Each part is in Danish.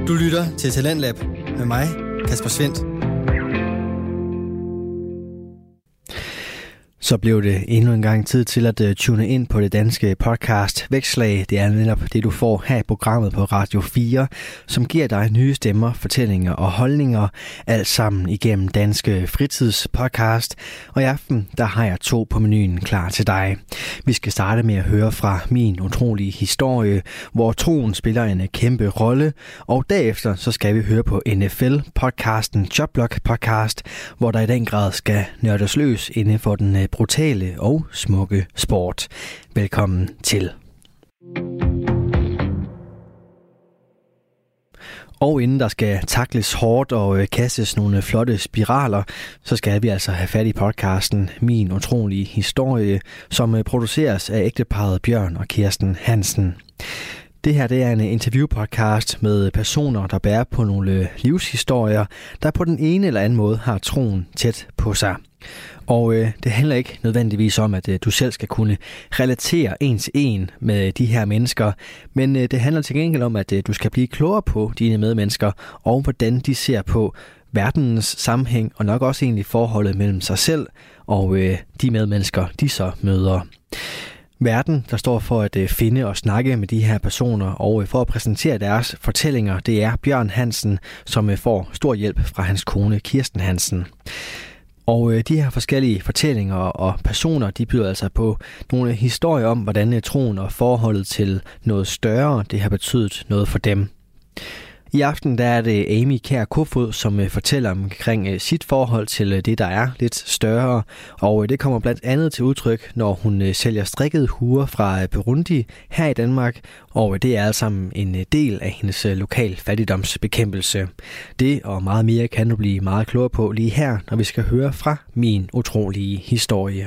Du lytter til Talentlab med mig, Kasper Svendt. Så blev det endnu en gang tid til at tune ind på det danske podcast Vækslag. Det er netop det, du får her i programmet på Radio 4, som giver dig nye stemmer, fortællinger og holdninger, alt sammen igennem Danske Fritidspodcast. Og i aften, der har jeg 2 på menuen klar til dig. Vi skal starte med at høre fra min utrolige historie, hvor troen spiller en kæmpe rolle. Og derefter så skal vi høre på NFL-podcasten Jobblock Podcast, hvor der i den grad skal nørdes løs inden for den brutale og smukke sport. Velkommen til. Og inden der skal takles hårdt og kastes nogle flotte spiraler, så skal vi altså have fat i podcasten Min Utrolige Historie, som produceres af ægteparret Bjørn og Kirsten Hansen. Det her det er en interviewpodcast med personer, der bærer på nogle livshistorier, der på den ene eller anden måde har troen tæt på sig. Og det handler ikke nødvendigvis om, at du selv skal kunne relatere en til en med de her mennesker, men det handler til gengæld om, at du skal blive klogere på dine medmennesker og hvordan de ser på verdens sammenhæng og nok også egentlig forholdet mellem sig selv og de medmennesker, de så møder. Verden, der står for at finde og snakke med de her personer og for at præsentere deres fortællinger, det er Bjørn Hansen, som får stor hjælp fra hans kone Kirsten Hansen. Og de her forskellige fortællinger og personer, de byder altså på nogle historier om, hvordan troen og forholdet til noget større, det har betydet noget for dem. I aften der er det Amy Kjær Kofod, som fortæller omkring sit forhold til det, der er lidt større. Og det kommer blandt andet til udtryk, når hun sælger strikkede huer fra Burundi her i Danmark. Og det er altså en del af hendes lokal fattigdomsbekæmpelse. Det og meget mere kan du blive meget klogere på lige her, når vi skal høre fra Min Utrolige Historie.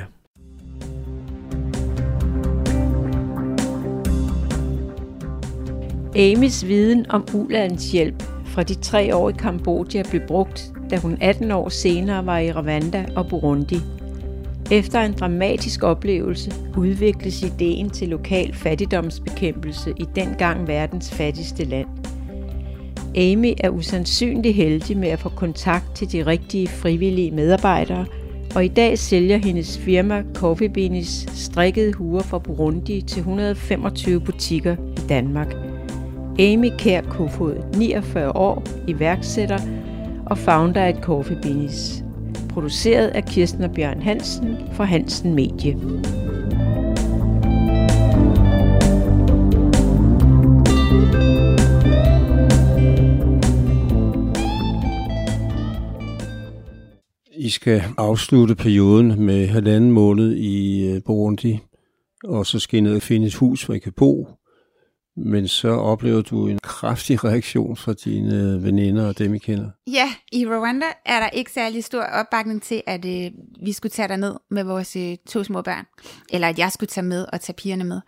Amys viden om ulandshjælp fra de 3 år i Kambodja blev brugt, da hun 18 år senere var i Rwanda og Burundi. Efter en dramatisk oplevelse udvikles ideen til lokal fattigdomsbekæmpelse i dengang verdens fattigste land. Amy er usandsynlig heldig med at få kontakt til de rigtige frivillige medarbejdere, og i dag sælger hendes firma Coffee Beanies strikkede huer fra Burundi til 125 butikker i Danmark. Amy Kjær Kofod, 49 år, iværksætter og founder af Coffee Beanies. Produceret af Kirsten og Bjørn Hansen fra Hansen Medie. I skal afslutte perioden med 1,5 måned i Burundi, og så skal I ned og finde et hus, hvor I kan bo. Men så oplever du en kraftig reaktion fra dine veninder og dem, I kender. Ja, i Rwanda er der ikke særlig stor opbakning til, at vi skulle tage derned med vores 2 små børn. Eller at jeg skulle tage med og tage pigerne med.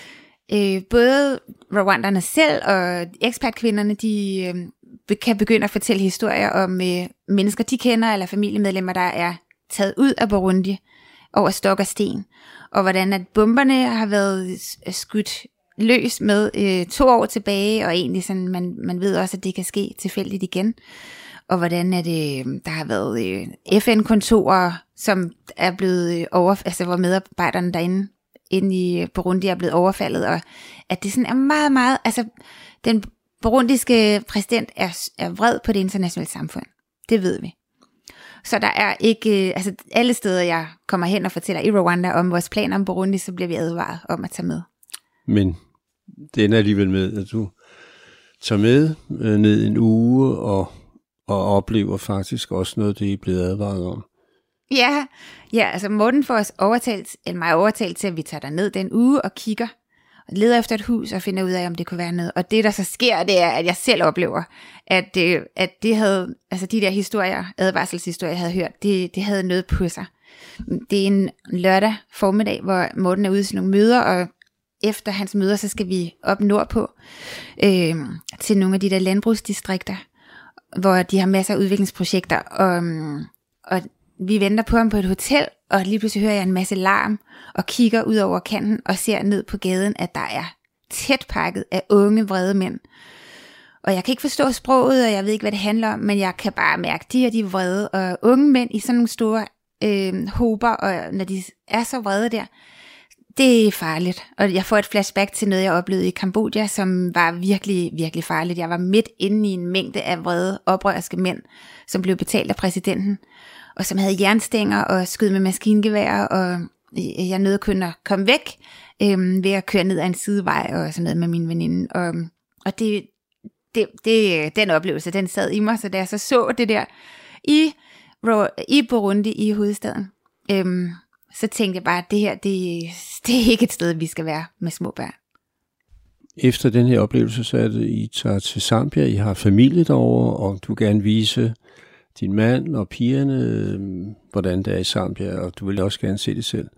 Både rwanderne selv og ekspatkvinderne, de kan begynde at fortælle historier om mennesker, de kender, eller familiemedlemmer, der er taget ud af Burundi over stok og sten. Og hvordan at bomberne har været skudt løs med 2 år tilbage, og egentlig sådan, man ved også, at det kan ske tilfældigt igen. Og hvordan at, der har været FN-kontorer, som er blevet hvor medarbejderne derinde inde i Burundi er blevet overfaldet, og at det sådan er meget, meget, altså den burundiske præsident er vred på det internationale samfund. Det ved vi. Så der er ikke, alle steder jeg kommer hen og fortæller i Rwanda om vores planer om Burundi, så bliver vi advaret om at tage med. Men det ender alligevel med, at du tager med ned en uge og oplever faktisk også noget, det I er blevet advaret om. Ja, altså Morten får os overtalt til, at vi tager derned den uge og kigger og leder efter et hus og finder ud af, om det kunne være noget. Og det, der så sker, det er, at jeg selv oplever, at det havde, altså de der historier, advarselshistorier, jeg havde hørt, det havde noget på sig. Det er en lørdag formiddag, hvor Morten er ude til nogle møder, og efter hans møder, så skal vi op nordpå til nogle af de der landbrugsdistrikter, hvor de har masser af udviklingsprojekter, og vi venter på ham på et hotel, og lige pludselig hører jeg en masse larm, og kigger ud over kanten, og ser ned på gaden, at der er tæt pakket af unge, vrede mænd. Og jeg kan ikke forstå sproget, og jeg ved ikke, hvad det handler om, men jeg kan bare mærke, at de er vrede. Og unge mænd i sådan nogle store hober, og når de er så vrede der, det er farligt. Og jeg får et flashback til noget, jeg oplevede i Kambodja, som var virkelig, virkelig farligt. Jeg var midt inde i en mængde af vrede, oprørske mænd, som blev betalt af præsidenten, og som havde jernstænger og skød med maskingevær, og jeg nåede kun at komme væk ved at køre ned ad en sidevej og sådan noget med min veninde. Og den oplevelse, den sad i mig, så da jeg så det der i Burundi, i hovedstaden, så tænkte jeg bare, at det her, det er ikke et sted, vi skal være med små børn. Efter den her oplevelse, så er det, I tager til Zambia, I har familie derovre, og du gerne vise din mand og pigerne, hvordan det er i Zambia, og du vil også gerne se det selv.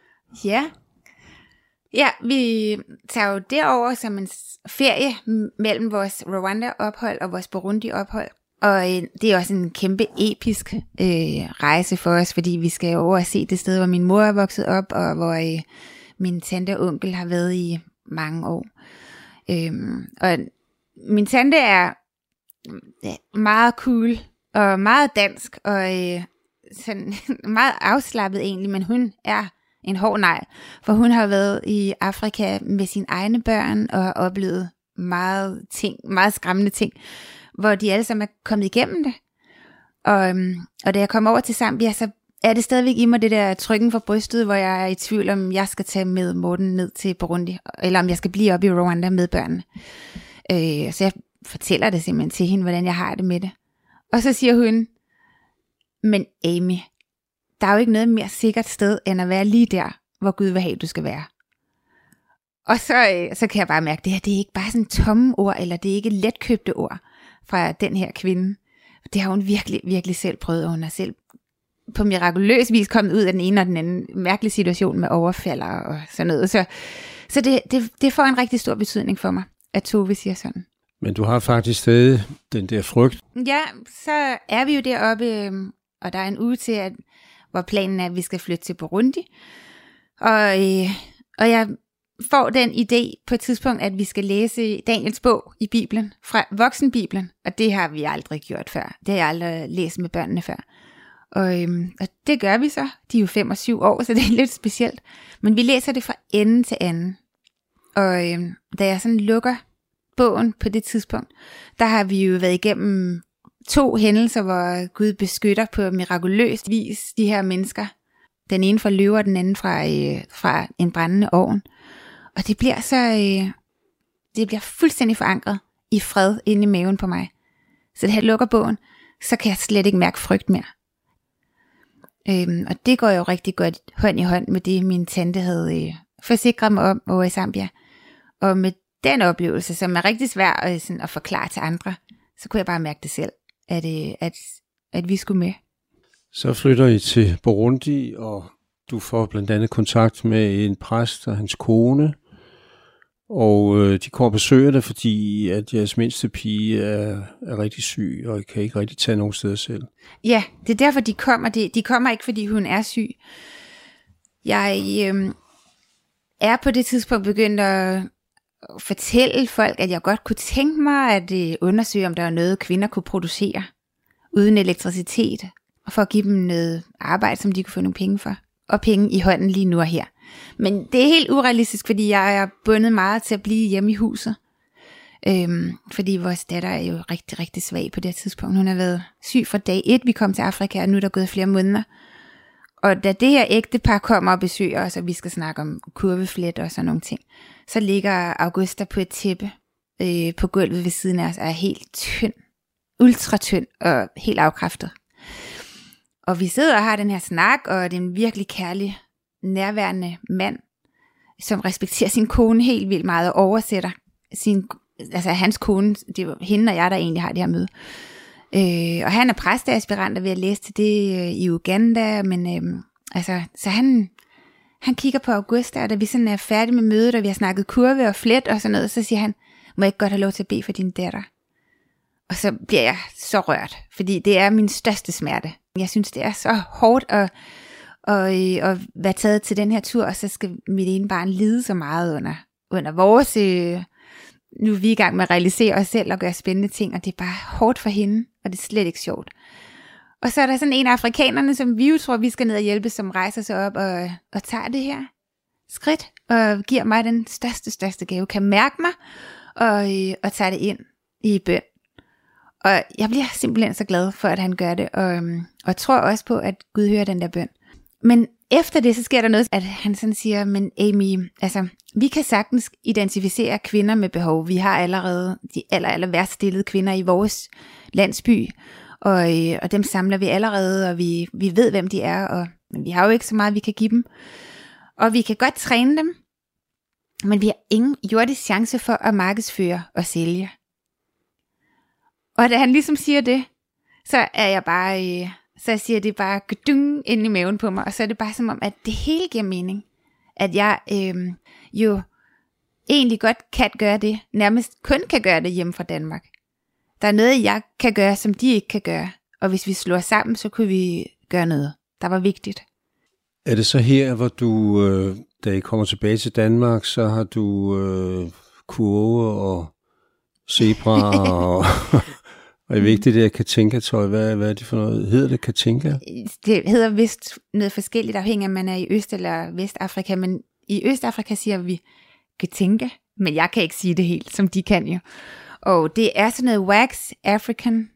Ja, vi tager jo derover som en ferie mellem vores Rwanda-ophold og vores Burundi-ophold. Og det er også en kæmpe episk rejse for os, fordi vi skal over og se det sted, hvor min mor er vokset op, og hvor min tante og onkel har været i mange år. Og min tante er meget cool og meget dansk, og sådan meget afslappet egentlig, men hun er en hård nej, for hun har været i Afrika med sine egne børn og oplevet meget skræmmende ting, hvor de alle sammen er kommet igennem det. Og da jeg kom over til Zambia, så er det stadigvæk i mig det der trykken for brystet, hvor jeg er i tvivl om, jeg skal tage med Morten ned til Burundi, eller om jeg skal blive oppe i Rwanda med børnene. Så jeg fortæller det simpelthen til hende, hvordan jeg har det med det. Og så siger hun, men Amy, der er jo ikke noget mere sikkert sted, end at være lige der, hvor Gud vil have, du skal være. Og så kan jeg bare mærke, det er ikke bare sådan tomme ord, eller det er ikke letkøbte ord fra den her kvinde. Det har hun virkelig, virkelig selv prøvet, og hun har selv på mirakuløs vis kommet ud af den ene og den anden mærkelige situation med overfalder og sådan noget. Så det får en rigtig stor betydning for mig, at Tove siger sådan. Men du har faktisk stadig den der frygt. Ja, så er vi jo deroppe, og der er en uge til, hvor planen er, at vi skal flytte til Burundi. Og jeg får den idé på et tidspunkt, at vi skal læse Daniels bog i Bibelen, fra voksenbibelen, og det har vi aldrig gjort før. Det har jeg aldrig læst med børnene før. Og det gør vi så. De er jo 5 og 7 år, så det er lidt specielt. Men vi læser det fra ende til anden. Og da jeg sådan lukker bogen på det tidspunkt, der har vi jo været igennem 2 hændelser, hvor Gud beskytter på mirakuløst vis de her mennesker. Den ene fra løver, den anden fra en brændende ovn. Og det bliver fuldstændig forankret i fred inde i maven på mig. Så da jeg lukker bogen, så kan jeg slet ikke mærke frygt mere. Og det går jo rigtig godt hånd i hånd med det, min tante havde forsikret mig om over i Zambia. Og med den oplevelse, som er rigtig svær at forklare til andre, så kunne jeg bare mærke det selv, at vi skulle med. Så flytter I til Burundi, og du får blandt andet kontakt med en præst og hans kone, og de kommer og besøger dig, fordi at jeres mindste pige er rigtig syg, og kan ikke rigtig tage nogen steder selv. Ja, det er derfor, de kommer. De kommer ikke, fordi hun er syg. Jeg er på det tidspunkt begyndt at fortælle folk, at jeg godt kunne tænke mig at undersøge, om der var noget, kvinder kunne producere uden elektricitet, og for at give dem noget arbejde, som de kunne få nogle penge for, og penge i hånden lige nu og her. Men det er helt urealistisk, fordi jeg er bundet meget til at blive hjemme i huset. Fordi vores datter er jo rigtig, rigtig svag på det tidspunkt. Hun har været syg fra dag 1, vi kom til Afrika, og nu er der gået flere måneder. Og da det her ægtepar kommer og besøger os, og vi skal snakke om kurveflet og sådan nogle ting, så ligger Augusta på et tæppe på gulvet ved siden af os, og er helt tynd, ultra tynd og helt afkræftet. Og vi sidder og har den her snak, og det er en virkelig kærlig, nærværende mand, som respekterer sin kone helt vildt meget og oversætter hans kone. Det er jo hende og jeg, der egentlig har det her møde. Og han er præsteaspirant og ved at læse til det i Uganda, men så han kigger på Augusta, og da vi sådan er færdige med mødet, og vi har snakket kurve og flet og sådan noget, så siger han, må jeg ikke godt have lov til at bede for din datter? Og så bliver jeg så rørt, fordi det er min største smerte. Jeg synes, det er så hårdt at være taget til den her tur, og så skal mit ene barn lide så meget under vores nu er vi i gang med at realisere os selv og gøre spændende ting, og det er bare hårdt for hende, og det er slet ikke sjovt. Og så er der sådan en af afrikanerne, som vi jo tror, vi skal ned og hjælpe, som rejser sig op og tager det her skridt, og giver mig den største gave, kan mærke mig, og tager det ind i bøn. Og jeg bliver simpelthen så glad for, at han gør det, og tror også på, at Gud hører den der bøn. Men efter det, så sker der noget, at han sådan siger, men Amy, altså, vi kan sagtens identificere kvinder med behov. Vi har allerede de aller værst stillede kvinder i vores landsby, og dem samler vi allerede, og vi ved, hvem de er, men vi har jo ikke så meget, vi kan give dem. Og vi kan godt træne dem, men vi har ingen jordisk chance for at markedsføre og sælge. Og da han ligesom siger det, så er jeg bare, så siger det bare gedung ind i maven på mig, og så er det bare som om, at det hele giver mening. At jeg jo egentlig godt kan gøre det, nærmest kun kan gøre det hjemme fra Danmark. Der er noget, jeg kan gøre, som de ikke kan gøre, og hvis vi slår sammen, så kunne vi gøre noget, der var vigtigt. Er det så her, hvor du, da I kommer tilbage til Danmark, så har du kurve og zebra og jeg ved ikke det der Katinka-tøj, hvad er det for noget? Hedder det Katinka? Det hedder vist noget forskelligt, afhængig af, om man er i Øst- eller Vestafrika, men i Østafrika siger vi Katinka, men jeg kan ikke sige det helt, som de kan jo. Og det er sådan noget wax African,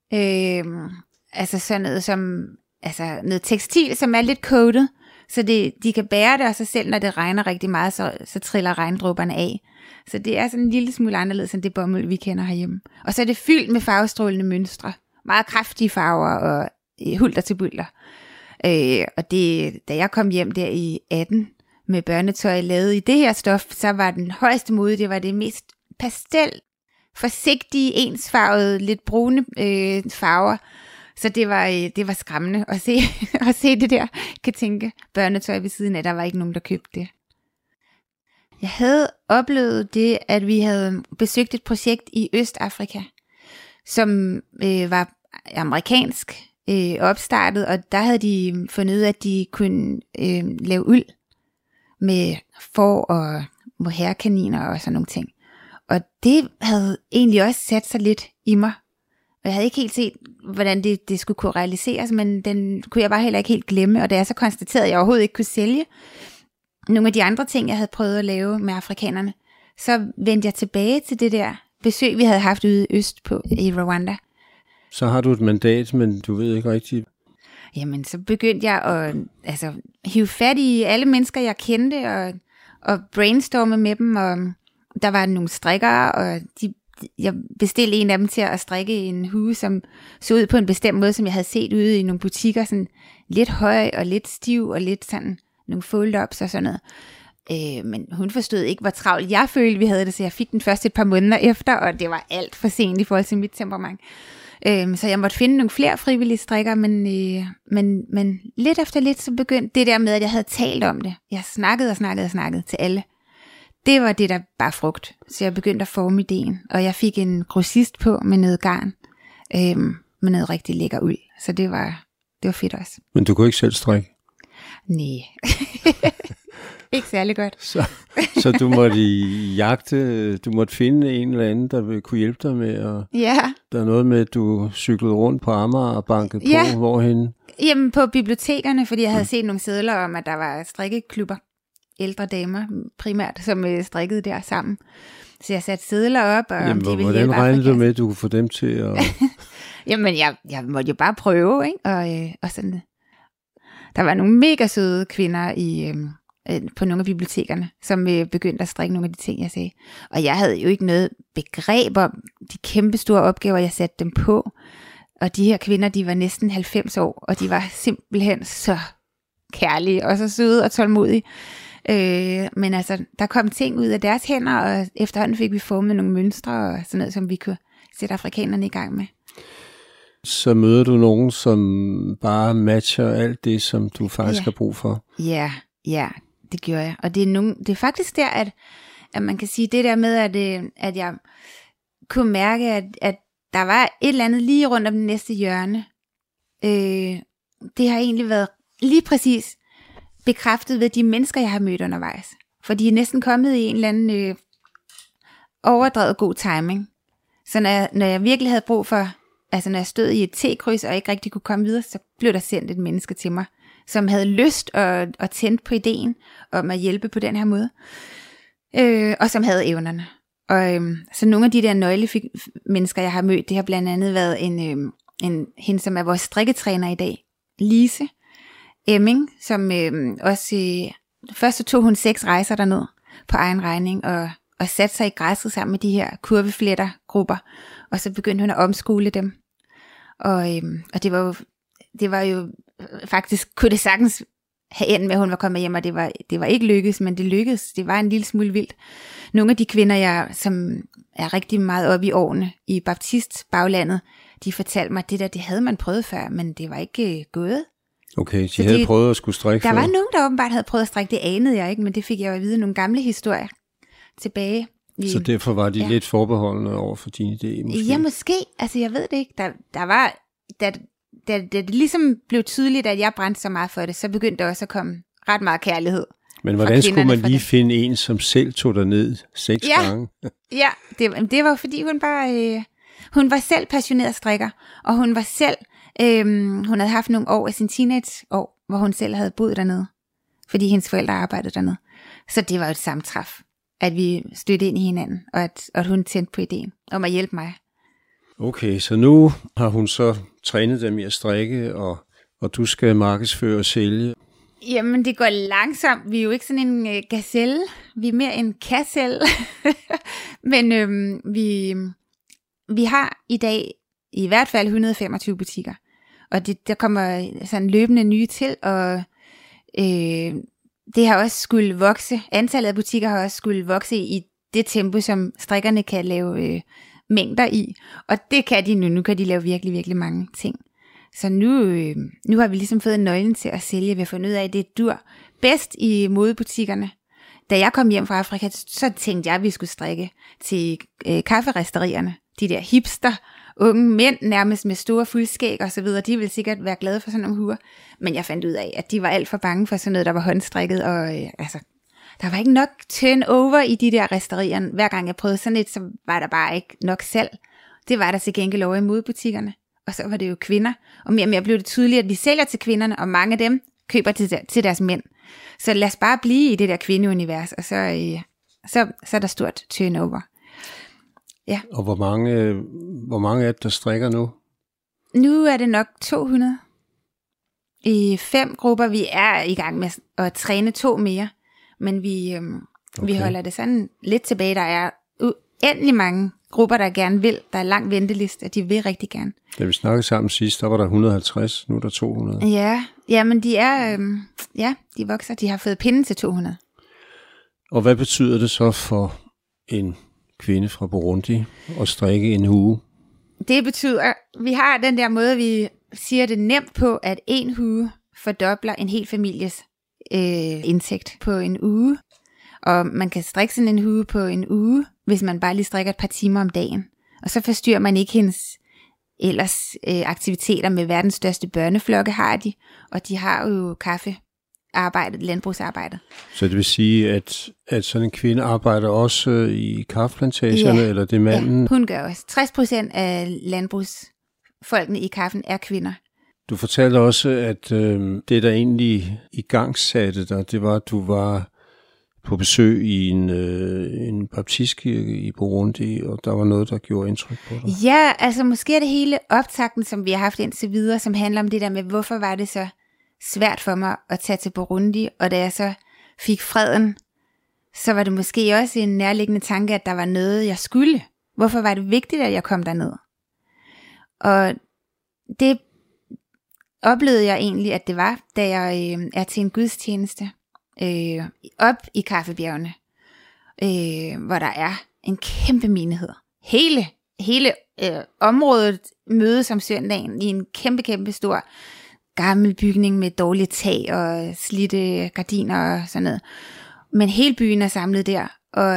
altså sådan noget som, altså noget tekstil, som er lidt coated, så de kan bære det, og så selv når det regner rigtig meget, så triller regndråberne af. Så det er sådan en lille smule anderledes end det bomuld, vi kender herhjemme. Og så er det fyldt med farvestrålende mønstre. Meget kraftige farver og hulter til bulter. Og det, da jeg kom hjem der i 18 med børnetøj lavet i det her stof, så var den højeste mode, det var det mest pastel, forsigtige, ensfarvede, lidt brune farver. Så det var skræmmende at se det der, kan tænke, børnetøj ved siden af. Der var ikke nogen, der købte det. Jeg havde oplevet det, at vi havde besøgt et projekt i Østafrika, som var amerikansk opstartet, og der havde de fundet ud af, at de kunne lave uld med får og mohairkaniner og sådan nogle ting. Og det havde egentlig også sat sig lidt i mig. Og jeg havde ikke helt set, hvordan det skulle kunne realiseres, men den kunne jeg bare heller ikke helt glemme. Og da jeg så konstaterede, at jeg overhovedet ikke kunne sælge nogle af de andre ting, jeg havde prøvet at lave med afrikanerne, så vendte jeg tilbage til det der besøg, vi havde haft ude øst i Rwanda. Så har du et mandat, men du ved ikke rigtigt. Jamen, så begyndte jeg at hive fat i alle mennesker, jeg kendte, og brainstorme med dem. Og der var nogle strikkere, og jeg bestilte en af dem til at strikke en hue, som så ud på en bestemt måde, som jeg havde set ude i nogle butikker, sådan lidt høj og lidt stiv og lidt sådan nogle fold-ups og sådan noget. Men hun forstod ikke, hvor travlt jeg følte, vi havde det, så jeg fik den først et par måneder efter, og det var alt for sent i forhold til mit temperament. Så jeg måtte finde nogle flere frivillige strikker, men lidt efter lidt, så begyndte det der med, at jeg havde talt om det. Jeg snakkede til alle. Det var det, der bare frugt. Så jeg begyndte at forme ideen, og jeg fik en grossist på med noget garn, med noget rigtig lækker uld. Så det var fedt også. Men du kunne ikke selv strikke? Nej. Ikke særlig godt. Så du måtte du måtte finde en eller anden, der ville kunne hjælpe dig med at... Ja. Der er noget med, at du cyklede rundt på Amager og bankede på, hvorhenne? Jamen på bibliotekerne, fordi jeg havde set nogle sedler om, at der var strikkeklubber, ældre damer primært, som strikkede der sammen. Så jeg satte sedler op, og jamen, de ville hvordan regnede du med, at du kunne få dem til at... Jamen jeg måtte jo bare prøve, ikke? Og sådan. Der var nogle mega søde kvinder på nogle af bibliotekerne, som begyndte at strikke nogle af de ting, jeg sagde. Og jeg havde jo ikke noget begreb om de kæmpe store opgaver, jeg satte dem på. Og de her kvinder, de var næsten 90 år, og de var simpelthen så kærlige, og så søde og tålmodige. Men altså, der kom ting ud af deres hænder, og efterhånden fik vi formet nogle mønstre, og sådan noget, som vi kunne sætte afrikanerne i gang med. Så møder du nogen, som bare matcher alt det, som du faktisk har brug for? Ja, det gjorde jeg. Og det er faktisk der, at man kan sige det der med, at jeg kunne mærke, at der var et eller andet lige rundt om den næste hjørne. Det har egentlig været lige præcis bekræftet ved de mennesker, jeg har mødt undervejs. For de er næsten kommet i en eller anden overdrevet god timing. Så når jeg virkelig havde brug for, altså når jeg stod i et T-kryds og ikke rigtig kunne komme videre, så blev der sendt et menneske til mig, som havde lyst og tændt på ideen om at hjælpe på den her måde, og som havde evnerne. Og så nogle af de der nøglemennesker, jeg har mødt, det har blandt andet været hende, som er vores strikketræner i dag, Lise Emming, som også først så tog hun 6 rejser derned på egen regning, og satte sig i græsset sammen med de her kurveflettergrupper, og så begyndte hun at omskole dem. Og det var jo faktisk, kunne det sagtens have endt med, at hun var kommet hjem, og det var ikke lykkedes, men det lykkedes. Det var en lille smule vildt. Nogle af de kvinder, som er rigtig meget oppe i årene i baptist-baglandet, de fortalte mig, at det havde man prøvet før, men det var ikke gået. Okay, de havde prøvet at skulle strikke der før. var nogen, der åbenbart havde prøvet at strikke, det anede jeg ikke, men det fik jeg jo at vide nogle gamle historier tilbage. Så derfor var de lidt forbeholdende over for din idé, måske? Ja, måske. Altså, jeg ved det ikke. Der var, da det ligesom blev tydeligt, at jeg brændte så meget for det, så begyndte der også at komme ret meget kærlighed. Men hvordan skulle man lige finde en, som selv tog dig ned 6 gange? Ja, det var fordi hun var selv passioneret strikker, og hun var selv, hun havde haft nogle år af sin teenageår, hvor hun selv havde boet dernede, fordi hendes forældre arbejdede dernede. Så det var jo et samtræf, at vi stødte ind i hinanden, og at hun tændte på ideen om at hjælpe mig. Okay, så nu har hun så trænet dem i at strikke, og du skal markedsføre og sælge. Jamen, det går langsomt. Vi er jo ikke sådan en gazelle. Vi er mere en kassel. Men vi har i dag i hvert fald 125 butikker. Og der kommer sådan løbende nye til, og det har også skulle vokse. Antallet af butikker har også skulle vokse i det tempo, som strikkerne kan lave mængder i. Og det kan de nu. Nu kan de lave virkelig, virkelig mange ting. Så nu har vi ligesom fået nøglen til at sælge. Vi har fundet ud af, at det dur bedst i modebutikkerne. Da jeg kom hjem fra Afrika, så tænkte jeg, at vi skulle strikke til kafferisterierne. De der hipster, unge mænd, nærmest med store fuldskæg og så videre. De ville sikkert være glade for sådan nogle huer. Men jeg fandt ud af, at de var alt for bange for sådan noget, der var håndstrikket. Og der var ikke nok turnover i de der risterier. Hver gang jeg prøvede sådan et, så var der bare ikke nok salg. Det var der til gengæld over i modebutikkerne. Og så var det jo kvinder. Og mere og mere blev det tydeligt, at vi sælger til kvinderne, og mange af dem køber til deres mænd. Så lad os bare blive i det der kvindeunivers, og så er der stort turnover. Ja. Og hvor mange er det, der strikker nu? Nu er det nok 200. I 5 grupper. Vi er i gang med at træne 2 mere. Men vi holder det sådan lidt tilbage. Der er uendelig mange grupper, der gerne vil. Der er lang venteliste, og de vil rigtig gerne. Da vi snakkede sammen sidst, der var der 150, nu er der 200. Ja, men de er, de vokser. De har fået pinde til 200. Og hvad betyder det så for en kvinde fra Burundi at strikke en hue? Det betyder, vi har den der måde, vi siger det nemt på, at en hue fordobler en hel families indtægt på en uge. Og man kan strikke sådan en hue på en uge, hvis man bare lige strikker et par timer om dagen. Og så forstyrrer man ikke hendes ellers aktiviteter med verdens største børneflokke har de. Og de har jo kaffearbejdet, landbrugsarbejdet. Så det vil sige, at sådan en kvinde arbejder også i kaffeplantagerne, eller det manden? Ja, hun gør også. 60% af landbrugsfolkene i kaffen er kvinder. Du fortalte også, at det, der egentlig igangsatte dig, det var, at du var på besøg i en baptistkirke i Burundi, og der var noget, der gjorde indtryk på dig. Ja, altså måske er det hele optakten, som vi har haft indtil videre, som handler om det der med, hvorfor var det så svært for mig at tage til Burundi, og da jeg så fik freden, så var det måske også en nærliggende tanke, at der var noget, jeg skulle. Hvorfor var det vigtigt, at jeg kom derned? Og det oplevede jeg egentlig, at det var, da jeg er til en gudstjeneste op i Kaffebjergene, hvor der er en kæmpe menighed. Hele området mødes om søndagen i en kæmpe stor gammel bygning med dårlige tag og slidte gardiner og sådan noget. Men hele byen er samlet der,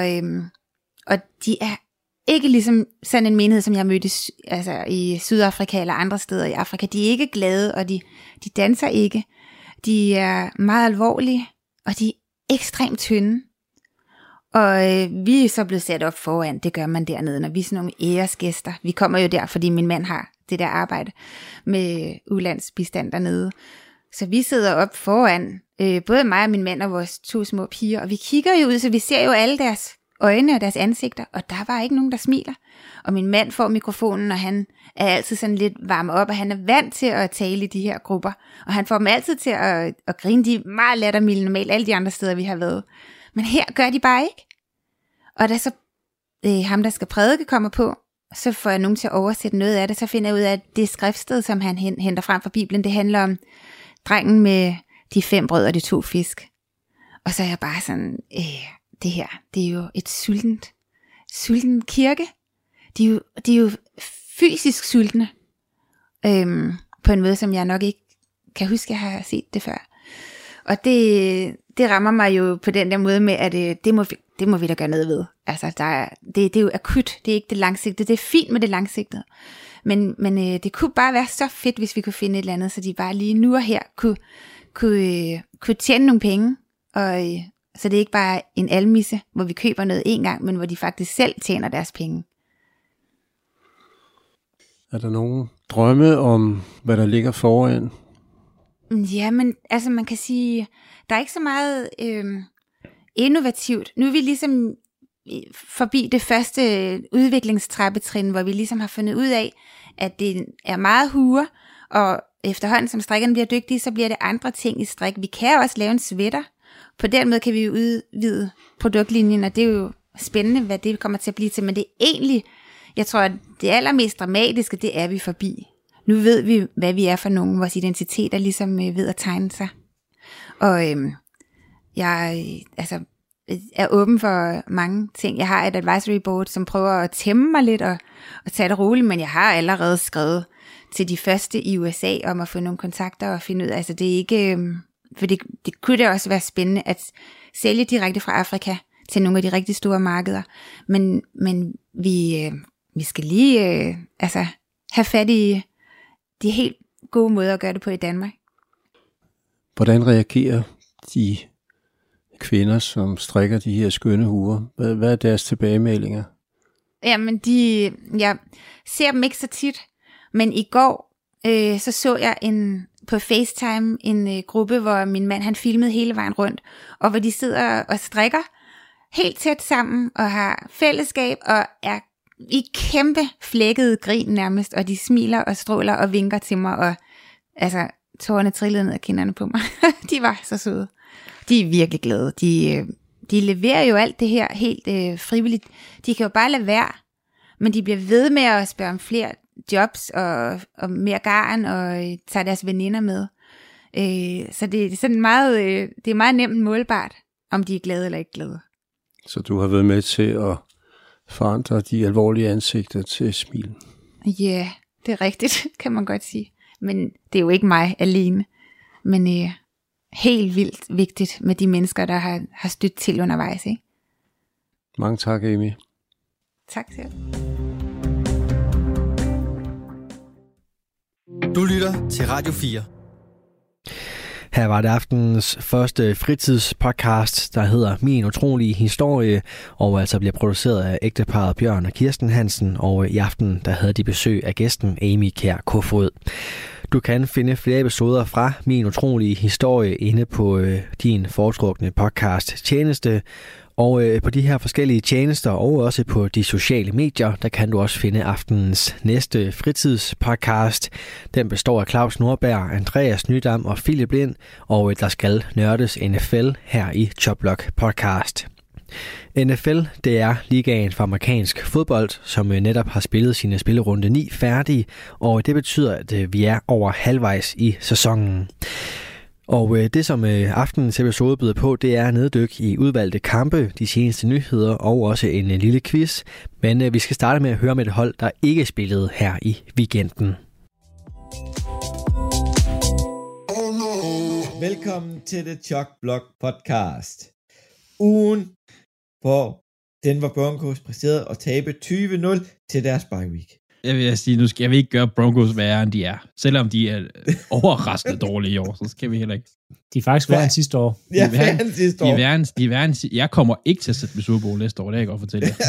og de er ikke ligesom sådan en menighed, som jeg mødte i Sydafrika eller andre steder i Afrika. De er ikke glade, og de danser ikke. De er meget alvorlige, og de er ekstremt tynde. Og vi er så blevet sat op foran, det gør man dernede, når vi er sådan nogle æresgæster. Vi kommer jo der, fordi min mand har det der arbejde med ulandsbistand dernede. Så vi sidder op foran, både mig og min mand og vores 2 små piger, og vi kigger jo ud, så vi ser jo alle deres øjne og deres ansigter, og der var ikke nogen, der smiler. Og min mand får mikrofonen, og han er altid sådan lidt varmet op, og han er vant til at tale i de her grupper, og han får dem altid til at grine. De er meget lattermilde normalt, alle de andre steder, vi har været. Men her gør de bare ikke. Og da så ham, der skal prædike, kommer på, så får jeg nogen til at oversætte noget af det, så finder jeg ud af, at det skriftsted, som han henter frem fra Bibelen, det handler om drengen med de 5 brød og de 2 fisk. Og så er jeg bare sådan, det her, det er jo et sulten kirke. De er jo fysisk sultne, på en måde, som jeg nok ikke kan huske, jeg har set det før. Og det rammer mig jo på den der måde med, at det må vi da gøre noget ved. Altså, det er jo akut, det er ikke det langsigtede. Det er fint med det langsigtede. Men det kunne bare være så fedt, hvis vi kunne finde et eller andet, så de bare lige nu og her kunne tjene nogle penge. Og så det er ikke bare en almisse, hvor vi køber noget en gang, men hvor de faktisk selv tjener deres penge. Er der nogen drømme om, hvad der ligger foran? Ja, men altså man kan sige, der er ikke så meget innovativt. Nu er vi ligesom forbi det første udviklingstrappetrin, hvor vi ligesom har fundet ud af, at det er meget huer, og efterhånden som strikkerne bliver dygtige, så bliver det andre ting i strik. Vi kan også lave en sweater. På den måde kan vi udvide produktlinjen, og det er jo spændende, hvad det kommer til at blive til, men det er egentlig, jeg tror, at det allermest dramatiske, det er vi forbi. Nu ved vi, hvad vi er for nogen. Vores identitet er ligesom ved at tegne sig. Og jeg er åben for mange ting. Jeg har et advisory board, som prøver at tæmme mig lidt og tage det roligt, men jeg har allerede skrevet til de første i USA om at få nogle kontakter og finde ud af, altså det er ikke, for det kunne da også være spændende at sælge direkte fra Afrika til nogle af de rigtig store markeder. Men vi skal lige have fat i de helt gode måder at gøre det på i Danmark. Hvordan reagerer de kvinder, som strikker de her skønne huer? Hvad er deres tilbagemeldinger? Jamen, jeg ser dem ikke så tit, men i går så jeg på FaceTime en gruppe, hvor min mand han filmede hele vejen rundt, og hvor de sidder og strikker helt tæt sammen og har fællesskab og er i kæmpe flækkede grin nærmest, og de smiler og stråler og vinker til mig, og altså tårerne trillede ned af kinderne på mig. De var så søde. De er virkelig glade. De leverer jo alt det her helt frivilligt. De kan jo bare lade være, men de bliver ved med at spørge om flere jobs og mere garn og tager deres veninder med. Så det er sådan det er meget nemt målbart, om de er glade eller ikke glade. Så du har været med til at forandre de alvorlige ansigter til smil? Ja, det er rigtigt, kan man godt sige. Men det er jo ikke mig alene. Men helt vildt vigtigt med de mennesker, der har stødt til undervejs. Ikke? Mange tak, Amy. Tak selv. Du lytter til Radio 4. Her var det aftenens første fritidspodcast, der hedder Min utrolige historie, og altså bliver produceret af ægteparret Bjørn og Kirsten Hansen, og i aften der havde de besøg af gæsten Amy Kjær Kofod. Du kan finde flere episoder fra Min utrolige historie inde på din foretrukne podcast tjeneste, og på de her forskellige tjenester og også på de sociale medier, der kan du også finde aftenens næste fritidspodcast. Den består af Claus Nordberg, Andreas Nydam og Philip Lind, og der skal nørdes NFL her i Chopblock podcast. NFL, det er ligaen for amerikansk fodbold, som netop har spillet sine spillerunde 9 færdige, og det betyder, at vi er over halvvejs i sæsonen. Og det, som aftenens episode byder på, det er neddyk i udvalgte kampe, de seneste nyheder og også en lille quiz. Men vi skal starte med at høre med et hold, der ikke spillede her i weekenden. Velkommen til The Chuck Block Podcast. Ugen, hvor Denver Broncos præsterede at tabe 20-0 til deres bye week. Jeg vil sige, nu skal vi ikke gøre Broncos værre, end de er. Selvom de er overraskende dårlige i år, så skal vi heller ikke. De er faktisk værre end sidste år. Ja, værre end sidste år. De er værre end jeg kommer ikke til at sætte med Super Bowl næste år, det kan jeg godt fortælle jer.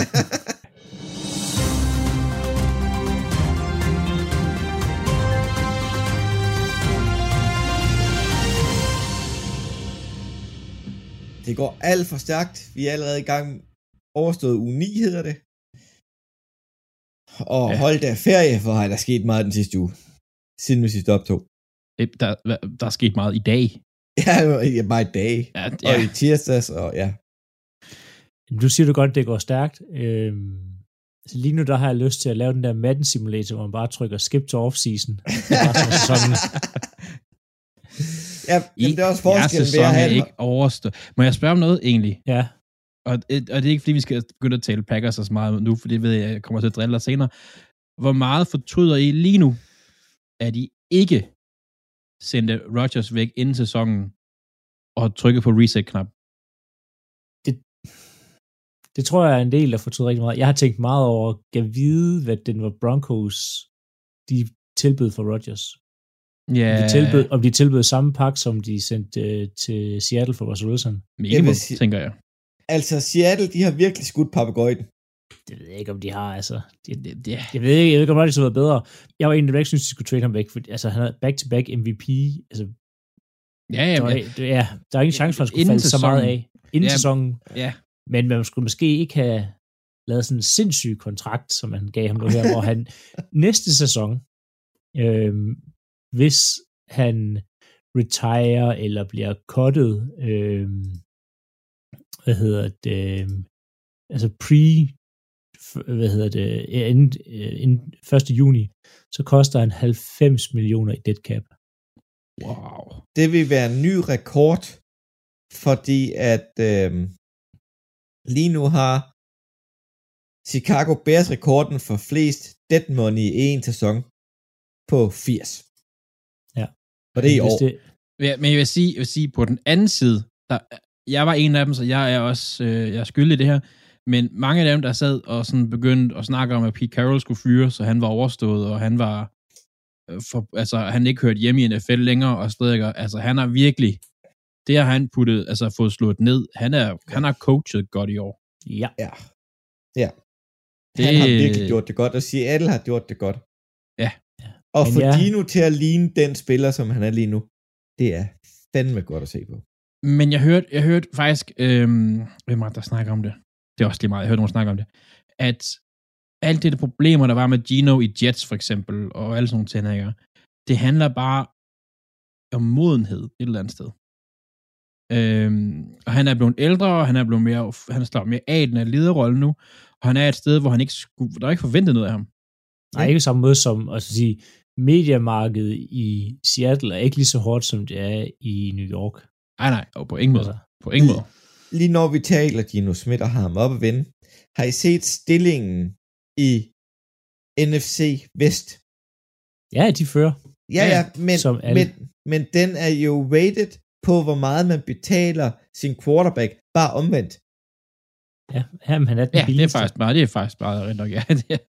Det går alt for stærkt. Vi er allerede i gang overstået uge 9, hedder det. Og hold da ferie, for har der sket meget den sidste uge. Siden vi sidste optog. Der er sket meget i dag. Ja, bare i dag. Ja. Og i tirsdags, og ja. Nu siger du godt, at det går stærkt. Lige nu, der har jeg lyst til at lave den der Madden Simulator, hvor man bare trykker skip to off-season. Ja, men det er også forskellen ved at have ikke overstået. Må jeg spørge om noget egentlig? Ja. Og det er ikke, fordi vi skal begynde at tale Packers så meget nu, for det ved jeg kommer til at drille dig senere. Hvor meget fortryder I lige nu, at I ikke sendte Rodgers væk inden sæsonen og trykke på reset-knap? Det tror jeg er en del, der fortryder rigtig meget. Jeg har tænkt meget over at vide, hvad den var Broncos, de tilbød for Rodgers. Yeah. Om de tilbød samme pakke, som de sendte til Seattle for Russell Wilson. Minimum, tænker jeg. Altså, Seattle, de har virkelig skudt papegøjen. Det ved jeg ikke, om de har, altså. Jeg ved ikke, om det så var bedre. Jeg var egentlig ikke synes, de skulle trade ham væk, for altså, han havde back-to-back MVP. Altså, der er ingen chance for, at han skulle falde så meget af. Inden sæsonen. Ja. Men man skulle måske ikke have lavet sådan en sindssyg kontrakt, som man gav ham nu her, hvor han næste sæson, hvis han retire eller bliver cuttet, inden 1. juni, så koster han 90 millioner i dead cap. Wow. Det vil være en ny rekord, fordi at lige nu har Chicago Bears rekorden for flest dead money i en sæson på 80. Ja. Og det er i år. Ja, men jeg vil sige på den anden side, jeg var en af dem, så jeg er også jeg er skyldig i det her, men mange af dem, der sad og sådan begyndte at snakke om, at Pete Carroll skulle fyre, så han var overstået, og han var han ikke hørt hjemme i NFL længere, og stadig, altså han har virkelig, det har han fået slået ned. Han har coachet godt i år. Ja. Han har virkelig gjort det godt, og Seattle har gjort det godt. Ja. Og få Dino til at ligne den spiller, som han er lige nu, det er fandme godt at se på. Men jeg hørte faktisk, hvem var der snakker om det? Det er også lige meget, jeg hørte nogen snakke om det, at alt det problemer, der var med Gino i Jets for eksempel, og alle sådan nogle tændinger, det handler bare om modenhed et eller andet sted. Og han er blevet ældre, og han slår mere af den af lederrollen nu, og han er et sted, hvor der er ikke forventet noget af ham. Nej, ikke samme måde som, mediemarkedet i Seattle er ikke lige så hårdt, som det er i New York. Nej, og på ingen måde. På ingen måde. Lige når vi taler Gino Smith og har ham op at vende, har I set stillingen i NFC Vest? Ja, de fører. Ja, men den er jo rated på, hvor meget man betaler sin quarterback, bare omvendt. Ja, men han er den billigste. Det er faktisk bare rent nok, ja.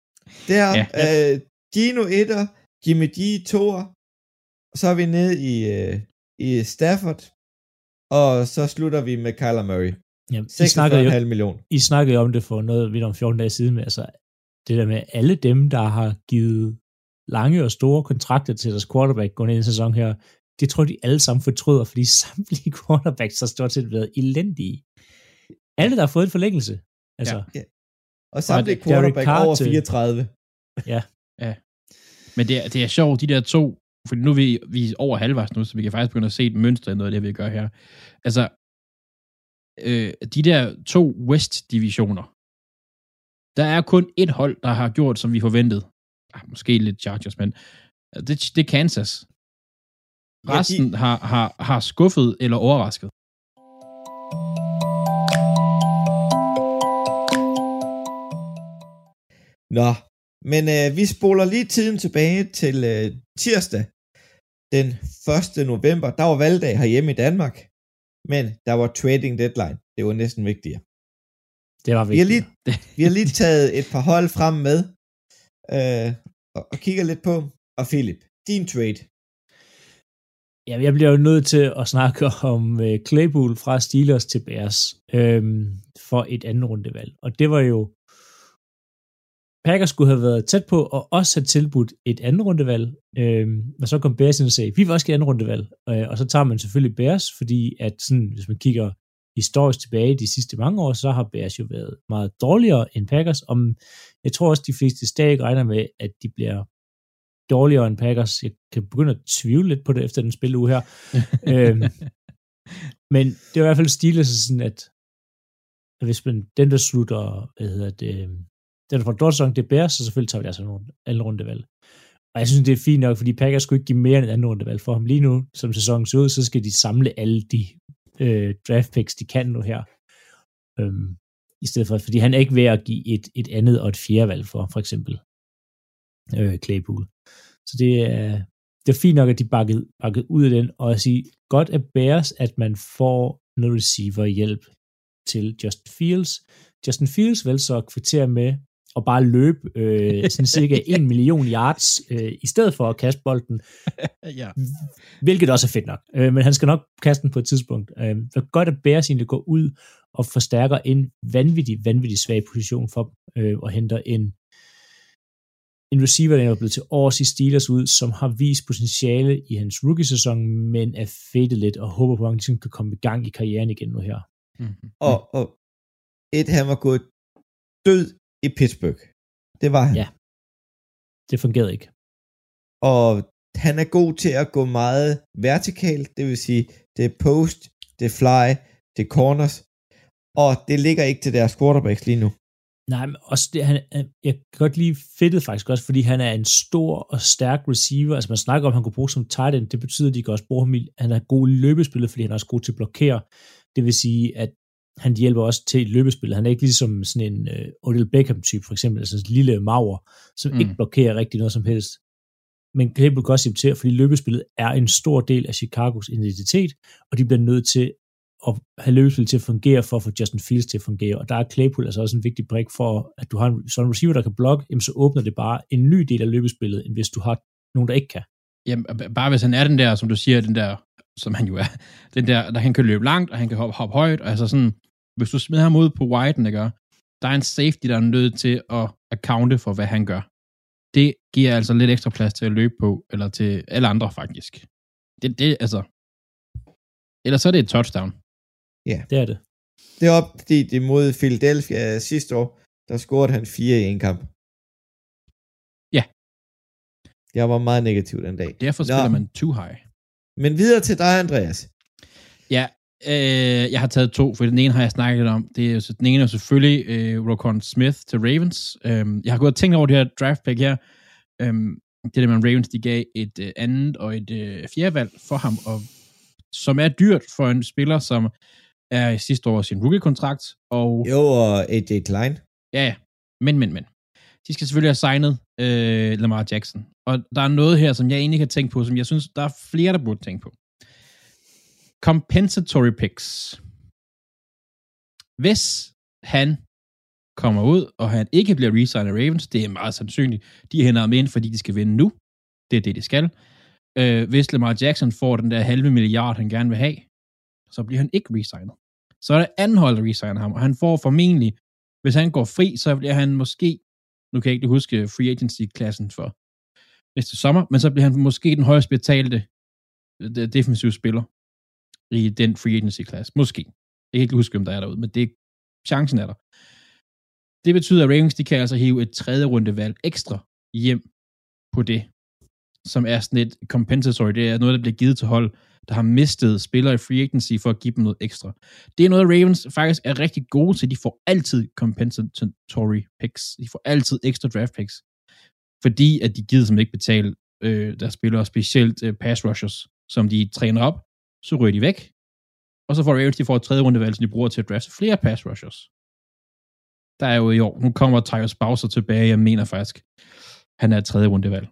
Gino 1'er, Jimmy G 2'er, så er vi nede i Stafford, og så slutter vi med Kyler Murray. Ja, 6,5 millioner. I snakkede jo om det for noget vidt om 14 dage siden, altså det der med alle dem, der har givet lange og store kontrakter til deres quarterback gå ned i en sæson her, det tror de alle sammen fortryder, fordi samtlige quarterbacks har stort set været elendige. Alle, der har fået en forlængelse. Altså. Ja. Og samtlige quarterback over 34. Ja. Men det er sjovt, de der to, for nu er vi over halvvejs nu, så vi kan faktisk begynde at se et mønster i noget af det, vi gør her. Altså, de der to West-divisioner, der er kun et hold, der har gjort, som vi forventede. Måske lidt Chargers, men det er Kansas. Resten har skuffet eller overrasket. Nå, men vi spoler lige tiden tilbage til tirsdag den 1. november. Der var valgdag herhjemme i Danmark, men der var trading deadline. Det var næsten vigtigere. Det var vigtigt. Vi har lige taget et par hold frem med, og kigger lidt på. Og Philip, din trade. Ja, jeg bliver jo nødt til at snakke om Claypool fra Steelers til Bears for et andet rundevalg. Og det var jo, Packers skulle have været tæt på og også have tilbudt et andet rundevalg. Og så kom Bears ind og sagde, vi vil også give et andet rundevalg. Og så tager man selvfølgelig Bears, fordi at sådan, hvis man kigger historisk tilbage de sidste mange år, så har Bears jo været meget dårligere end Packers. Jeg tror også, de fleste stadig regner med, at de bliver dårligere end Packers. Jeg kan begynde at tvivle lidt på det efter den spilleuge her. Men det er i hvert fald Steelers sådan, at hvis man den, der slutter, den fra Dortmund, det er Bears, så selvfølgelig tager vi altså nogle anden rundevalg. Og jeg synes, det er fint nok, fordi Packers skulle ikke give mere end et andet rundevalg for ham. Lige nu, som sæsonen ser ud, så skal de samle alle de draft picks, de kan nu her. I stedet for, fordi han er ikke ved at give et andet og et fjerde valg for eksempel Claypool. Så det er fint nok, at de bakket ud af den, og at sige, godt af Bears, at man får noget receiver-hjælp til Justin Fields. Justin Fields vel så kvitterer med at bare løbe sådan cirka 1 million yards, i stedet for at kaste bolden, ja. Hvilket også er fedt nok. Men han skal nok kaste den på et tidspunkt. Det er godt, at Bears egentlig går ud og forstærker en vanvittig svag position for og henter en receiver, der er blevet til års i Steelers ud, som har vist potentiale i hans rookie-sæson, men er fedtet lidt og håber på, at han kan komme i gang i karrieren igen nu her. Mm-hmm. Og han var gået død i Pittsburgh. Det var han. Ja. Det fungerede ikke. Og han er god til at gå meget vertikalt, det vil sige, det er post, det er fly, det er corners, og det ligger ikke til deres quarterbacks lige nu. Nej, men også det, jeg kan godt lide fedtet faktisk også, fordi han er en stor og stærk receiver. Altså man snakker om, at han kunne bruge som tight end. Det betyder, at de kan også bruge ham han er god i løbespillet, fordi han er også god til at blokere. Det vil sige, at han hjælper også til løbespillet. Han er ikke ligesom sådan en Odell Beckham-type, for eksempel, altså en lille maver, som ikke blokerer rigtig noget som helst. Men Claypool kan også hjælpe til, fordi løbespillet er en stor del af Chicagos identitet, og de bliver nødt til at have løbespillet til at fungere for at få Justin Fields til at fungere. Og der er Claypool altså også en vigtig brik for, at du har en sådan receiver, der kan blokke, så åbner det bare en ny del af løbespillet, end hvis du har nogen, der ikke kan. Jamen, bare hvis han er den der, som du siger, den der, som han jo er, den der han kan løbe langt, og han kan hoppe højt, og altså sådan, hvis du smider ham ud på widen, der er en safety, der er nødt til at accounte for, hvad han gør. Det giver altså lidt ekstra plads til at løbe på, eller til alle andre faktisk. Det altså, ellers så er det et touchdown. Ja, det er det. Det er op, fordi det mod Philadelphia sidste år, der scorede han 4 i en kamp. Ja. Jeg var meget negativ den dag. Derfor spiller man too high. Men videre til dig, Andreas. Ja, jeg har taget 2, for den ene har jeg snakket lidt om. Den ene er selvfølgelig Roquan Smith til Ravens. Jeg har gået og tænkt over det her draft pick her. Det der med Ravens, de gav et andet og et fjerde valg for ham, og som er dyrt for en spiller, som er i sidste år sin rookie-kontrakt. Og AJ Klein. Ja, men. De skal selvfølgelig have signet Lamar Jackson. Og der er noget her, som jeg egentlig kan tænke på, som jeg synes, der er flere, der burde tænke på. Compensatory picks. Hvis han kommer ud, og han ikke bliver re-signet af Ravens, det er meget sandsynligt. De henter ham ind, fordi de skal vinde nu. Det er det, de skal. Hvis Lamar Jackson får den der $500 million, han gerne vil have, så bliver han ikke re-signet. Så er der anden hold, der re-signer ham, og han får formentlig, hvis han går fri, så bliver han måske, nu kan jeg ikke huske free agency-klassen for næste sommer, men så bliver han måske den højst betalte defensive spiller i den free agency-klasse. Måske. Jeg kan ikke huske, om der er derude, men chancen er der. Det betyder, at Ravens, de kan altså hive et 3. rundevalg ekstra hjem på det, som er sådan et compensatory. Det er noget, der bliver givet til hold, der har mistet spillere i free agency for at give dem noget ekstra. Det er noget, Ravens faktisk er rigtig gode til. De får altid compensatory picks. De får altid ekstra draft picks. Fordi at de gider som ikke betale deres spillere, specielt pass rushers, som de træner op, så ryger de væk. Og så får Ravens, de får et 3. rundevalg, som de bruger til at drafte flere pass rushers. Der er jo i år, nu kommer Tyus Bowser tilbage, jeg mener faktisk, han er et 3. rundevalg.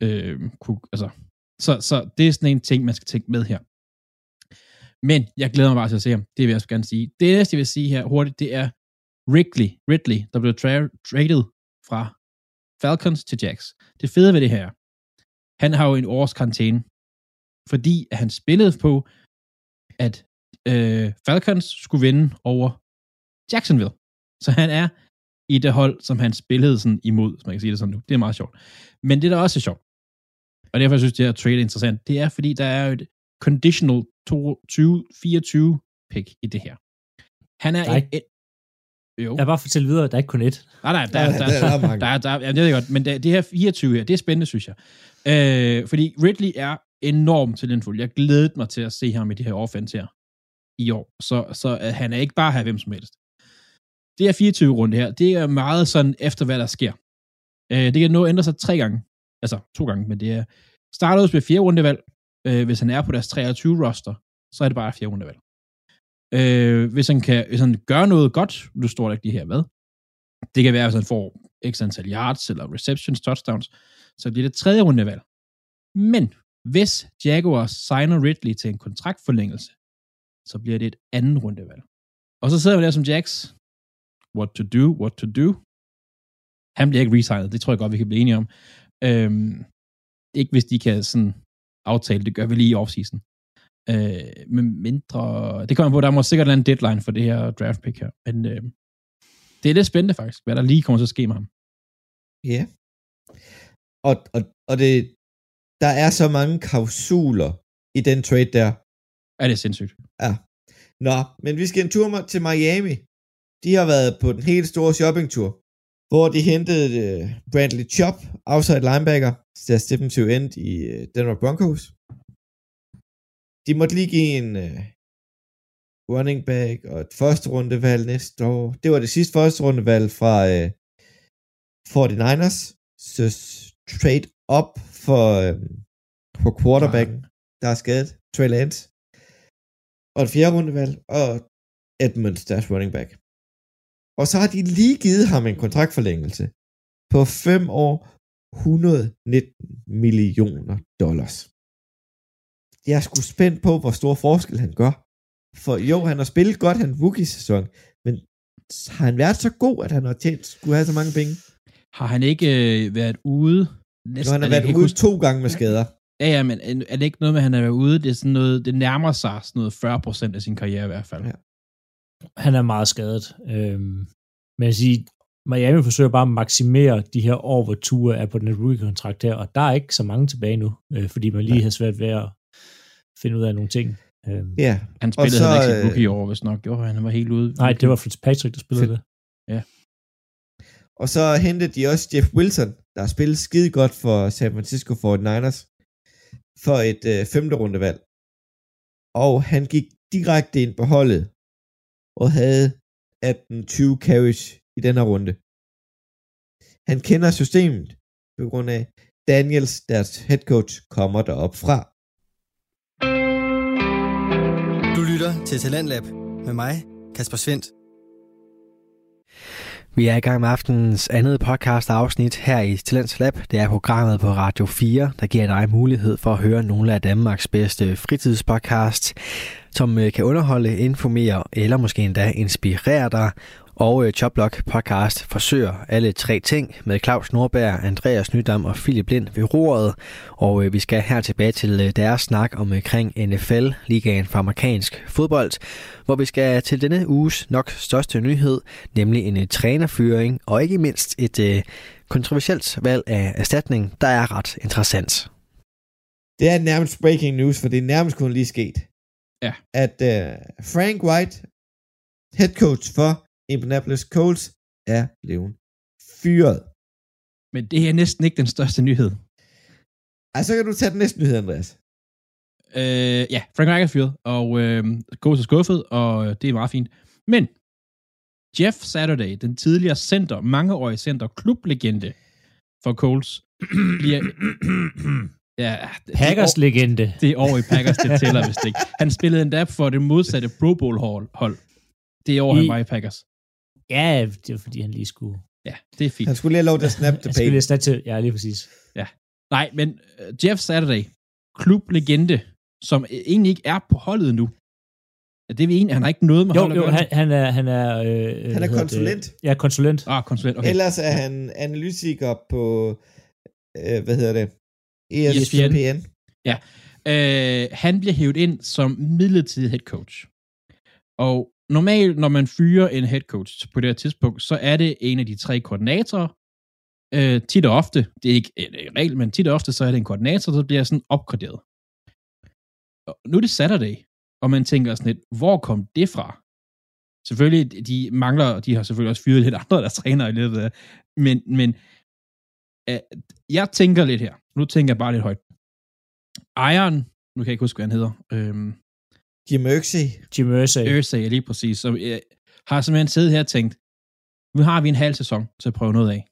Så det er sådan en ting, man skal tænke med her. Men jeg glæder mig bare til at se ham. Det vil jeg også gerne sige. Det næste, jeg vil sige her hurtigt, det er Ridley, der blev traded Falcons til Jags. Det fede ved det her, han har jo en års karantæne, fordi at han spillede på, at Falcons skulle vinde over Jacksonville. Så han er i det hold, som han spillede sådan imod, hvis man kan sige det sådan nu. Det er meget sjovt. Men det, der også er sjovt, og derfor synes jeg, det her trade er interessant, det er, fordi der er et conditional 24 pick i det her. Han er jo. Jeg bare fortælle videre, der er ikke kun et. Nej, jeg ved godt, men det her 24 her, det er spændende, synes jeg. Fordi Ridley er enormt talentfuld. Jeg glædede mig til at se ham i det her offense her i år. Så han er ikke bare her hvem som helst. Det her 24 runde her, det er meget sådan efter, hvad der sker. Det kan nå ændre sig 3 gange. Altså 2 gange, men det er startet med 4 rundevalg. Hvis han er på deres 23 roster, så er det bare 4 rundevalg. Hvis han gør noget godt, nu står der ikke lige her hvad, det kan være, hvis han får x antal yards, eller receptions, touchdowns, så bliver det 3. rundevalg. Men hvis Jaguars signer Ridley til en kontraktforlængelse, så bliver det et 2. rundevalg. Og så sidder man der som Jags, what to do. Han bliver ikke resignet, det tror jeg godt, vi kan blive enige om. Ikke hvis de kan sådan aftale, det gør vi lige i offseason. Men mindre, det kommer på, der må sikkert være en deadline for det her draft pick her, men det er lidt spændende faktisk, hvad der lige kommer til at ske med ham. Ja. Og det, der er så mange klausuler i den trade der. Ja, det er sindssygt. Ja. Nå, men vi skal en tur til Miami. De har været på den helt store shoppingtur, hvor de hentede Bradley Chubb, outside linebacker, deres defensive end i Denver Broncos. De måtte lige give en running back og et første rundevalg næste år. Det var det sidste første rundevalg fra 49ers. Så trade op for quarterbacken, der er skadet, Trey Lance. Og et 4. rundevalg, og Edmonds, deres running back. Og så har de lige givet ham en kontraktforlængelse på 5 år, $119 millioner. Jeg er sgu spændt på, hvor stor forskel han gør. For jo, han har spillet godt, han rookie-sæson, men har han været så god, at han har skulle have så mange penge? Har han ikke været ude? Næsten, han har været ude 2 gange med skader. Ja, men er det ikke noget med, at han har været ude? Det er sådan noget, det nærmer sig sådan noget 40% af sin karriere i hvert fald. Ja. Han er meget skadet. Men jeg siger, Miami forsøger bare at maksimere de her år, hvor Tua er på den rookie-kontrakt her, og der er ikke så mange tilbage nu, fordi man lige har svært ved at finde ud af nogle ting. Ja. Han spillede så, ikke sit rookie-år, hvis nok. Jo, han var helt ude. Nej, det var Fitzpatrick, der spillede det. Ja. Og så hentede de også Jeff Wilson, der har spillet skide godt for San Francisco 49ers, for et 5. rundevalg. Og han gik direkte ind på holdet, og havde 18-20 carries i den her runde. Han kender systemet, på grund af Daniels, deres head coach, kommer derop fra. Du lytter til Talentlab med mig, Kasper Svendt. Vi er i gang med aftenens andet podcast-afsnit her i Talents Lab. Det er programmet på Radio 4, der giver dig mulighed for at høre nogle af Danmarks bedste fritidspodcasts, som kan underholde, informere eller måske endda inspirere dig. Og Choplock podcast forsøger alle 3 ting med Claus Nordberg, Andreas Nydam og Philip Lind ved roret. Og vi skal her tilbage til deres snak omkring NFL, ligaen for amerikansk fodbold, hvor vi skal til denne uges nok største nyhed, nemlig en trænerfyring og ikke mindst et kontroversielt valg af erstatning, der er ret interessant. Det er nærmest breaking news, for det er nærmest kun lige sket. Ja. At Frank White, head coach for Indianapolis Colts, er blevet fyret. Men det er næsten ikke den største nyhed. Ej, så kan du tage den næste nyhed, Andreas. Ja, Frank Reich er fyret, og Colts er skuffet, og det er meget fint. Men Jeff Saturday, den tidligere center, mangeårige center, klublegende for Colts, bliver... Ja, Packers legende. Det er over i Packers, det tæller vist ikke. Han spillede endda for det modsatte Pro Bowl hold. Det er over, han var i Packers. Ja, det var fordi, han lige skulle... Ja, det er fint. Han skulle lige have lov til at snappe til Payton. Han skulle lige have til... Ja, lige præcis. Ja. Nej, men Jeff Saturday, klublegende, som egentlig ikke er på holdet nu. Det er vi enige, han har ikke noget med hold at gøre. Han er konsulent. Konsulent. Konsulent, okay. Ellers er han analytiker på, ESPN. Ja. Han bliver hævet ind som midlertidig head coach. Og normalt, når man fyrer en head coach på det her tidspunkt, så er det en af de 3 koordinatorer. Tit og ofte, det er ikke en regel, men tit og ofte, så er det en koordinator, så bliver sådan opgraderet. Og nu er det Saturday, og man tænker sådan lidt, hvor kom det fra? Selvfølgelig, de har selvfølgelig også fyret lidt andre, der træner i løbet af, men jeg tænker lidt her. Nu tænker jeg bare lidt højt. Ejeren, nu kan jeg ikke huske, hvad han hedder. Jim Irsay, lige præcis. Så jeg har simpelthen siddet her og tænkt, nu har vi en halv sæson til at prøve noget af.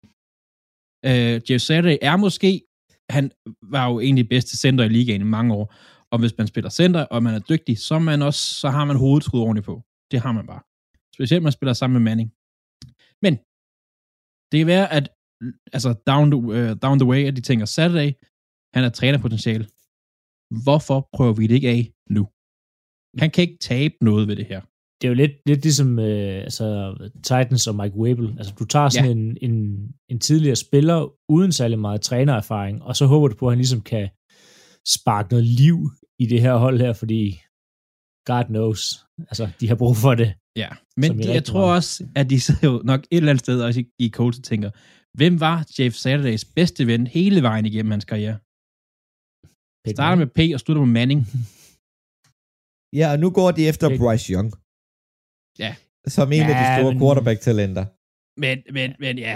Jeff Saturday er måske, han var jo egentlig bedste center i ligaen i mange år, og hvis man spiller center, og man er dygtig, så har man hovedet skruet ordentligt på. Det har man bare. Specielt, man spiller sammen med Manning. Men, det kan være, at altså down the way, at de tænker Saturday, han er trænerpotentiale. Hvorfor prøver vi det ikke af nu? Han kan ikke tabe noget ved det her. Det er jo lidt ligesom Titans og Mike Vrabel. Altså, du tager sådan en tidligere spiller uden særlig meget trænererfaring, og så håber du på, at han ligesom kan sparke noget liv i det her hold her, fordi God knows, altså, de har brug for det. Ja, men jeg tror også, at de sidder jo nok et eller andet sted også i coach og tænker, hvem var Jeff Saturdays bedste ven hele vejen igennem hans karriere? Starter med P og slutter med Manning. Ja, og nu går de efter Bryce Young. Ja. Som en af de store quarterback-talenter. Men ja.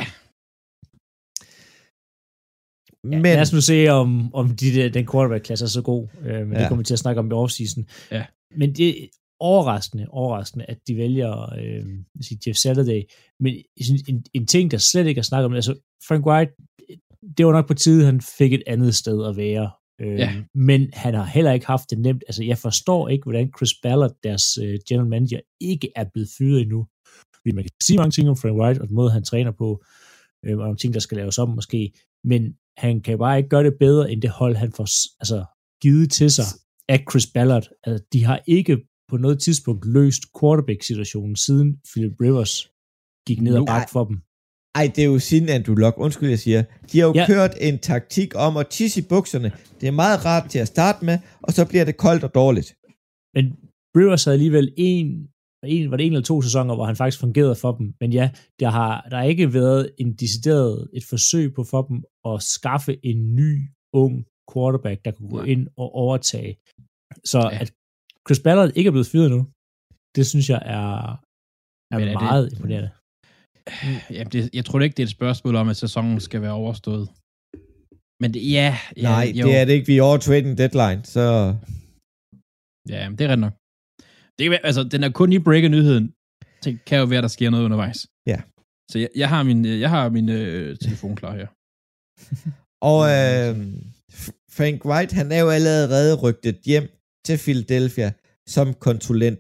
Men lad os nu se, om den quarterback-klasse er så god. Men det kommer vi til at snakke om i offseason. Ja. Men det er overraskende, at de vælger Jeff Saturday. Men en ting, der slet ikke er snakket om, altså Frank White, det var nok på tide, han fik et andet sted at være. Men han har heller ikke haft det nemt. Altså, jeg forstår ikke, hvordan Chris Ballard, deres general manager, ikke er blevet fyret endnu. Fordi man kan sige mange ting om Frank White, og den måde, han træner på, og nogle ting, der skal laves om måske. Men han kan bare ikke gøre det bedre, end det hold, han får givet til sig af Chris Ballard. Altså, de har ikke på noget tidspunkt løst quarterback-situationen, siden Philip Rivers gik ned og bakke for dem. Ej, det er jo siden Andrew Luck. Undskyld, jeg siger. De har jo kørt en taktik om at tisse i bukserne. Det er meget rart til at starte med, og så bliver det koldt og dårligt. Men Rivers havde alligevel var det 1 eller 2 sæsoner, hvor han faktisk fungerede for dem. Men ja, der har ikke været et forsøg på for dem at skaffe en ny, ung quarterback, der kunne gå ind og overtage. Så at Chris Ballard ikke er blevet fyret nu, det synes jeg er meget imponerende. Jamen, jeg tror ikke, det er et spørgsmål om, at sæsonen skal være overstået. Men det, nej, jo. Det er det ikke. Vi er over trading deadline, så... Ja, det er ret nok. Det kan være, altså, den er kun i breaker-nyheden. Det kan jo være, der sker noget undervejs. Ja. Så jeg har min telefon klar her. Og Frank White, han er jo allerede rygtet hjem til Philadelphia som konsulent.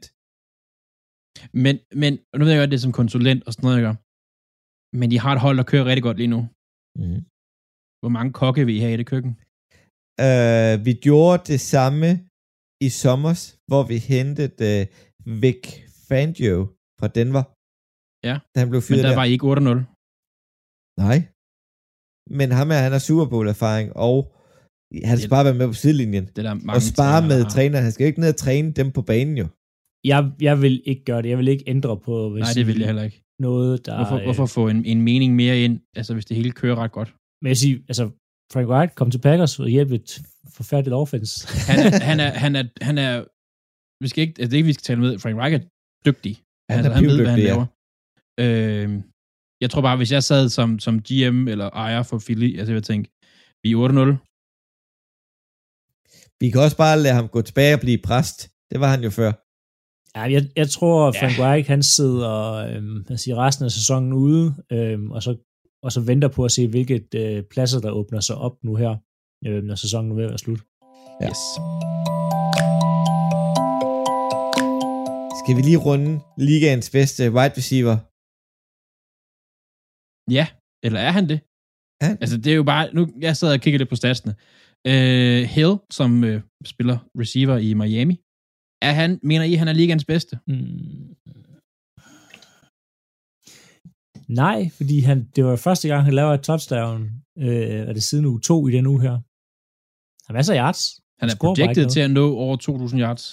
Men nu ved jeg godt, det er som konsulent og sådan noget, jeg gør. Men de har et hold, der kører rigtig godt lige nu. Mm. Hvor mange kokke vil I have i det køkken? Vi gjorde det samme i sommers, hvor vi hentede Vic Fangio fra Denver. Ja, da han blev fyret men der var I ikke 8-0. Nej. Men han har Super Bowl-erfaring, og han skal bare være med på sidelinjen. Det der og spare med træneren. Han skal jo ikke ned og træne dem på banen, jo. Jeg vil ikke gøre det. Jeg vil ikke ændre på... Nej, det vil jeg heller ikke. Noget, der... Hvorfor få en mening mere ind, altså hvis det hele kører ret godt? Men jeg siger, altså Frank White kom til Packers og hjælpe et forfærdeligt offense. Han er vi skal ikke, altså det er ikke, vi skal tale med, Frank White er dygtig. Han ved, hvad han laver. Jeg tror bare, hvis jeg sad som GM eller ejer for Philly, altså jeg vil tænke, vi er 8-0. Vi kan også bare lade ham gå tilbage og blive præst. Det var han jo før. Ja, jeg tror, Frank White, han sidder resten af sæsonen ude, og så venter på at se, hvilket pladser, der åbner sig op nu her, når sæsonen er ved at være slut. Ja. Yes. Skal vi lige runde ligaens bedste wide receiver? Ja, eller er han det? Ja. Altså, det er jo bare... Nu, jeg sad og kigger lidt på statsene. Hill, som spiller receiver i Miami, Mener I, han er ligaens bedste? Nej, fordi det var første gang, han laver et touchdown. Er det siden uge 2 i den uge her? Han har masser af yards. Han er projected til at nå over 2.000 yards.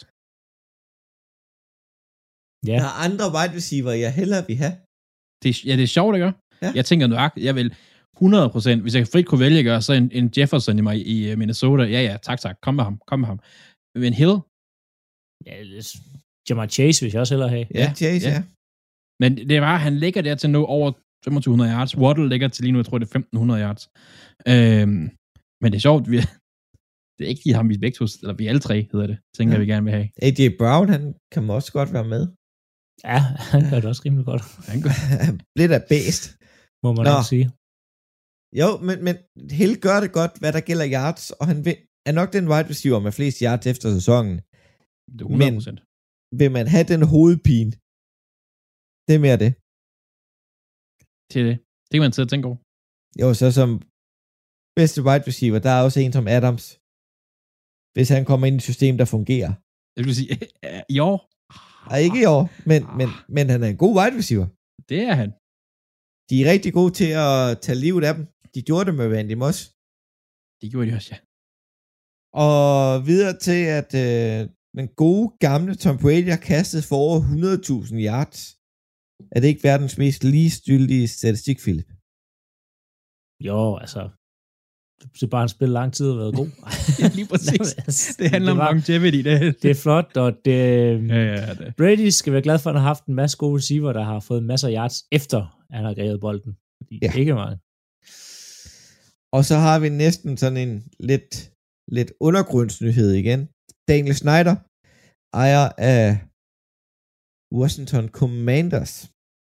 Ja. Der er andre wide receiver, jeg hellere vil have. Det er sjovt, ikke? Ja. Jeg tænker nøjagtigt, jeg vil 100%, hvis jeg frit kunne vælge, gøre så en Jefferson i Minnesota. Ja, tak. Kom med ham. Men Hill? Ja, Jamar Chase vil jeg også hellere have. Ja, Chase, ja. Men det var, han ligger der til at nå over 2.500 yards. Waddle ligger til lige nu, jeg tror, det er 1.500 yards. Men det er sjovt, det er ikke lige ham, vi begge to, eller vi alle tre hedder det, tænker vi gerne vil have. A.J. Brown, han kan også godt være med. Ja, han gør det også rimelig godt. Lidt af bedst. Må man nok sige. Jo, men Hill gør det godt, hvad der gælder yards, og han er nok den wide receiver med flest yards efter sæsonen. Det er 100%. Men vil man have den hovedpine? Det er mere det. Til det. Det kan man sidde og tænke over. Jo, så som bedste wide receiver, der er også en som Adams. Hvis han kommer ind i et system, der fungerer. Jeg vil sige, jo. Ikke i år, men han er en god wide receiver. Det er han. De er rigtig gode til at tage livet af dem. De gjorde det med Randy Moss. Det gjorde de også, ja. Og videre til, at den gode gamle Tom Brady har kastet for over 100.000 yards. Er det ikke verdens mest ligestyldige statistik, Philip? Jo, altså. Det er bare, han spiller lang tid og været god. Ja, lige præcis. Det handler om longevity. Det er flot, og det... Brady skal være glad for, at han har haft en masse gode receiver, der har fået masser af yards efter, han har grebet bolden. Fordi ikke meget. Og så har vi næsten sådan en lidt undergrundsnyhed igen. Daniel Snyder, ejer af Washington Commanders,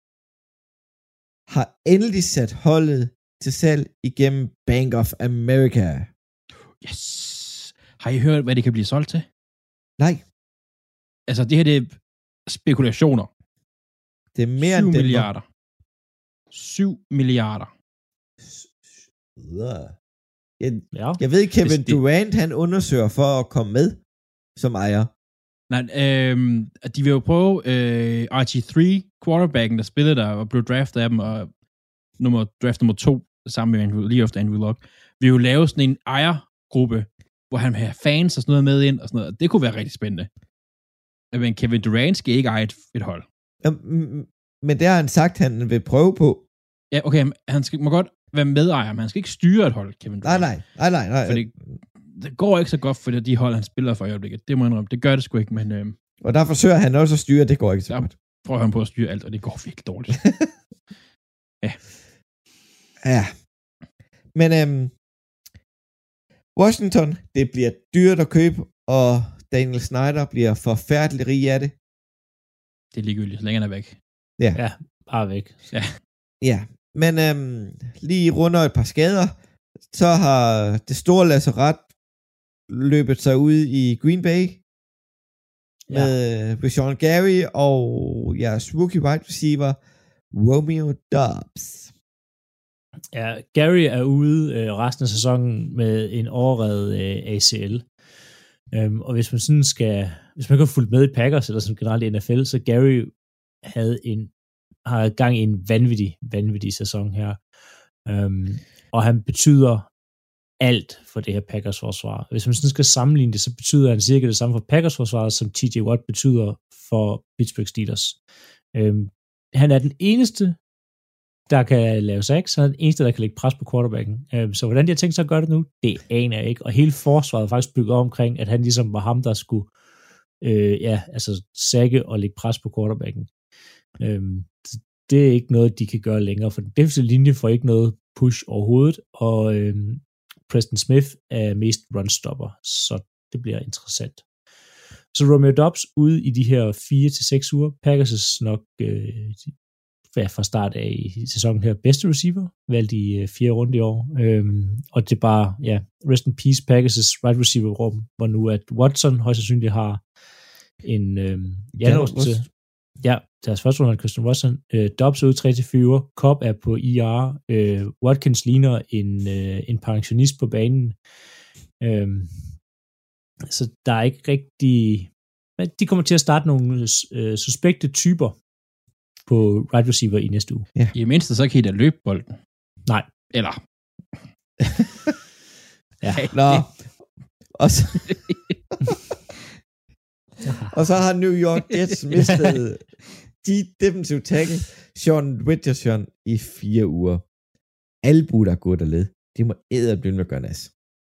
har endelig sat holdet til salg igennem Bank of America. Yes. Har I hørt, hvad det kan blive solgt til? Nej. Altså, det her, det er spekulationer. Det er mere 7 end milliarder. 7 milliarder. Jeg ved, Kevin Durant, han undersøger for at komme med som ejer. Nej, de vil jo prøve RG3, quarterbacken, der spillede der og blev draftet af dem, og draft nummer 2, sammen med lige efter Andrew Luck, vil jo lave sådan en ejergruppe, hvor han vil have fans og sådan noget med ind, og sådan noget. Det kunne være rigtig spændende. Men Kevin Durant skal ikke eje et hold. Men det har han sagt, han vil prøve på. Ja, okay, han må godt være medejer, men han skal ikke styre et hold, Kevin Durant. Nej. Fordi det går ikke så godt for de hold, han spiller for i øjeblikket. Det må jeg indrømme. Det gør det sgu ikke, men... Og der forsøger han også at styre, det går ikke så godt. Der prøver han på at styre alt, og det går virkelig dårligt. Ja. Men Washington, det bliver dyrt at købe, og Daniel Snyder bliver forfærdelig rig af det. Det er ligegyldigt, så længe han er væk. Ja, bare væk. Ja. Men lige runder et par skader, så har det store lazaret løbet sig ud i Green Bay med Rashawn Gary og jeres rookie wide receiver Romeo Doubs. Ja, Gary er ude resten af sæsonen med en overredet ACL. Og hvis man kan fulgt med i Packers eller som generelt i NFL, så Gary har gang i en vanvittig sæson her. Og han betyder alt for det her Packers forsvar. Hvis man sådan skal sammenligne det, så betyder han cirka det samme for Packers forsvaret, som TJ Watt betyder for Pittsburgh Steelers. Han er den eneste, der kan lave sacks, han er den eneste, der kan lægge pres på quarterbacken. Så hvordan de har tænkt sig at gøre det nu, det aner jeg ikke. Og hele forsvaret er faktisk bygget omkring, at han ligesom var ham, der skulle sacke og lægge pres på quarterbacken. Det er ikke noget, de kan gøre længere, for den defensive linje får ikke noget push overhovedet, og Preston Smith er mest runstopper, så det bliver interessant. Så Romeo Doubs ude i de her 4-6 uger. Packers nok fra start af i sæsonen her bedste receiver, valgt i 4. runde i år. Og det er bare, rest in peace Packers' right receiver rum, hvor nu at Watson højst sandsynligt har en til. Ja, deres første runde er Christian Watson. Dobbs er ude 3-4 uger. Cobb er på IR. Watkins ligner en pensionist på banen. Så der er ikke rigtig Men de kommer til at starte nogle suspekte typer på wide receiver i næste uge. Ja. I det mindste, så kan I da løbe bolden. Nej. Eller... Ja. Nå. Og så har New York Jets mistet de defensive tackle Sean Richardson i 4 uger. Albu, der er gået og led. De må blive med at gøre nas.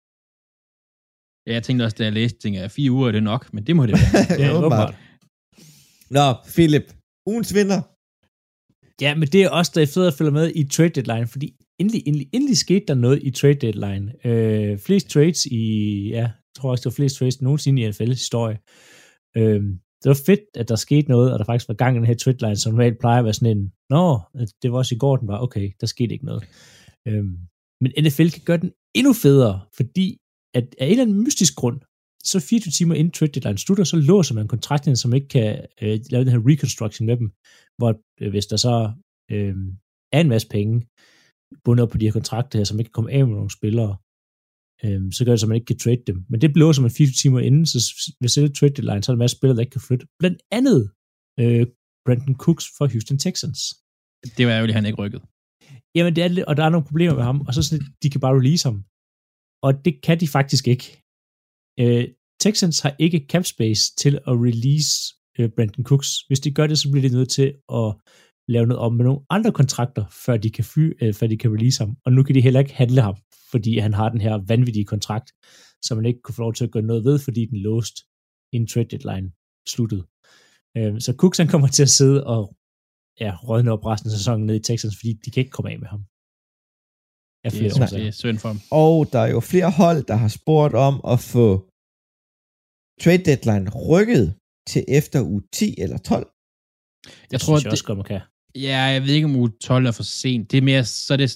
Ja, jeg tænkte også, da jeg læste, tænkte jeg, 4 uger er det nok, men det må det være. Det er åbenbart. Nå, Philip, ugens vinder. Ja, men det er også der er fedt at følge med i trade deadline, fordi endelig skete der noget i trade deadline. Flest trades jeg tror også, det var flest trades nogensinde i NFL's historie. Det var fedt, at der skete noget, og der faktisk var gang i den her trade deadline, som normalt plejer at være sådan en, det var også i går, den var, okay, der skete ikke noget. Men NFL kan gøre den endnu federe, fordi at af en eller anden mystisk grund, så 24 timer inden trade deadline slutter, så låser man kontrakterne, som ikke kan lave den her reconstruction med dem, hvor hvis der så er en masse penge bundet op på de her kontrakter her, som ikke kan komme af med nogle spillere, så gør det, så man ikke kan trade dem. Men det låser man 24 timer inden, så ved selve trade deadline, så er der en masse spillere, der ikke kan flytte. Blandt andet Brandon Cooks for Houston Texans. Det var ærgerligt, han ikke rykket. Jamen, det er det, og der er nogle problemer med ham, og så sådan, de kan bare release ham. Og det kan de faktisk ikke. Texans har ikke cap space til at release Brandon Cooks. Hvis de gør det, så bliver de nødt til at lave noget om med nogle andre kontrakter, før de kan release ham. Og nu kan de heller ikke handle ham, fordi han har den her vanvittige kontrakt, som man ikke kunne få lov til at gøre noget ved, fordi den låst inden trade deadline sluttede. Så Cooks han kommer til at sidde og rådne op resten af sæsonen ned i Texans, fordi de kan ikke komme af med ham. Det er synd for ham. Og der er jo flere hold, der har spurgt om at få trade deadline rykket til efter uge 10 eller 12. Jeg tror, det også godt, man kan. Ja, jeg ved ikke, om uge 12 er for sent. Det er mere, så det...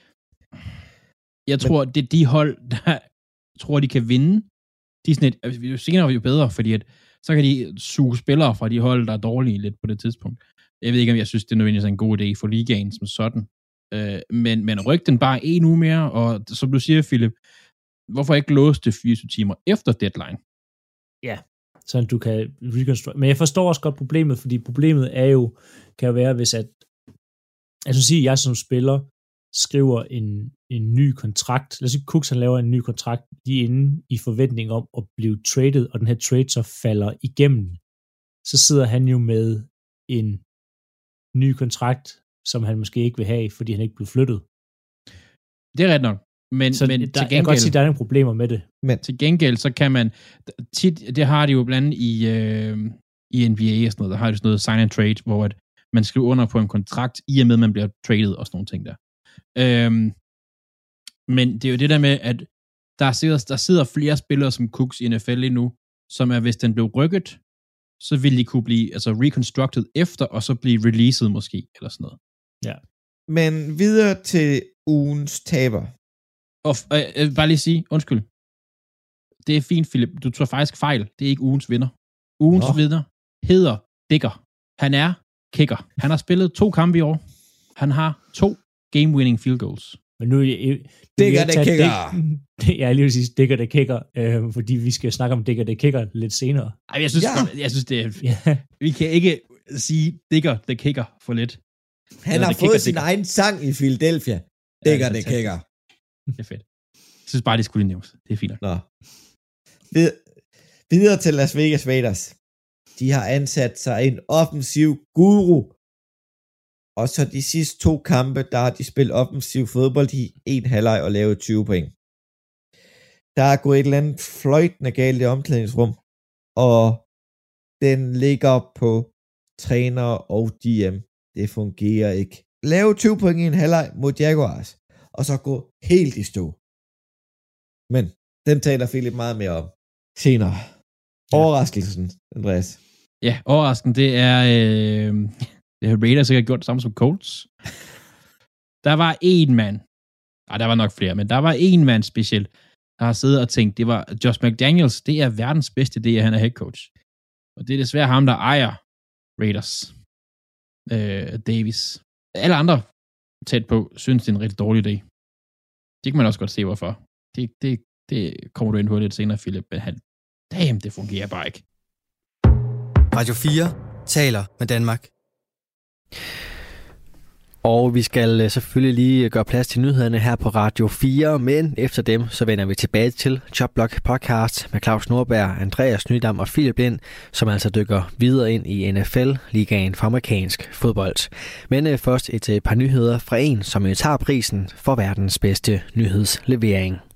Jeg tror, det er de hold, der tror, de kan vinde. De er sådan jo senere jo bedre, fordi at, så kan de suge spillere fra de hold, der er dårlige lidt på det tidspunkt. Jeg ved ikke, om jeg synes, det er nødvendigvis en god idé for ligaen som sådan. Men ryk den bare en uge mere, og som du siger, Philip, hvorfor ikke låse det 24 timer efter deadline? Ja, så du kan reconstruct. Men jeg forstår også godt problemet, fordi problemet er jo, kan jo være, hvis at jeg som spiller skriver en ny kontrakt, lad os sige, Cooks han laver en ny kontrakt lige inden i forventning om at blive traded, og den her trade så falder igennem, så sidder han jo med en ny kontrakt, som han måske ikke vil have, fordi han ikke blev flyttet. Det er ret nok. Men til gengæld, jeg kan godt sige, at der er nogle problemer med det. Men til gengæld, så kan man tit, det har de jo blandt andet i NBA og sådan noget, der har de sådan noget sign and trade, hvor at man skriver under på en kontrakt, i og med, at man bliver traded og sådan nogle ting der. Men det er jo det der med, at der sidder flere spillere som Cooks i NFL lige nu, som er, hvis den blev rykket, så ville de kunne blive reconstructed efter, og så blive released måske, eller sådan noget. Ja. Men videre til ugens taber. Og bare lige sige, undskyld. Det er fint, Philip. Du tror faktisk fejl. Det er ikke ugens vinder. Ugens vinder hedder Digger. Han er kicker. Han har spillet 2 kampe i år. Han har 2 game-winning field goals. Men nu Digger det kicker. Jeg lige vil sige Digger det kicker, fordi vi skal snakke om Digger det kicker lidt senere. Ej, jeg synes det er... Vi kan ikke sige Digger det kicker for lidt. Han har fået sin egen sang i Philadelphia. Digger det kicker. Det er fedt. Jeg synes bare, det skulle lige nævnes. Det er fint. Nå. Videre til Las Vegas Raiders. De har ansat sig en offensiv guru. Og så de sidste 2 kampe, der har de spillet offensiv fodbold i 1 halvleg og lavet 20 point. Der er gået et eller andet fløjtende galt i omklædningsrum, og den ligger på træner og GM. Det fungerer ikke. Lave 20 point i 1 halvleg mod Jaguars, og så gå helt i stå. Men den taler Philip meget mere om senere. Overraskelsen, Andreas. Ja, overraskelsen, det er... Det har Raiders ikke gjort det samme som Colts. Der var en mand. Nej, der var nok flere, men der var en mand specielt, der har siddet og tænkt, det var Josh McDaniels, det er verdens bedste idé, at han er head coach. Og det er desværre ham, der ejer Raiders. Davis. Alle andre tæt på, synes det er en rigtig dårlig idé. Det kan man også godt se, hvorfor. Det kommer du ind på lidt senere, Philip. Det fungerer bare ikke. Radio 4 taler med Danmark. Og vi skal selvfølgelig lige gøre plads til nyhederne her på Radio 4, men efter dem så vender vi tilbage til Chopblock Podcast med Claus Nordberg, Andreas Nydam og Philip Lind, som altså dykker videre ind i NFL-ligaen for amerikansk fodbold. Men først et par nyheder fra en, som tager prisen for verdens bedste nyhedslevering.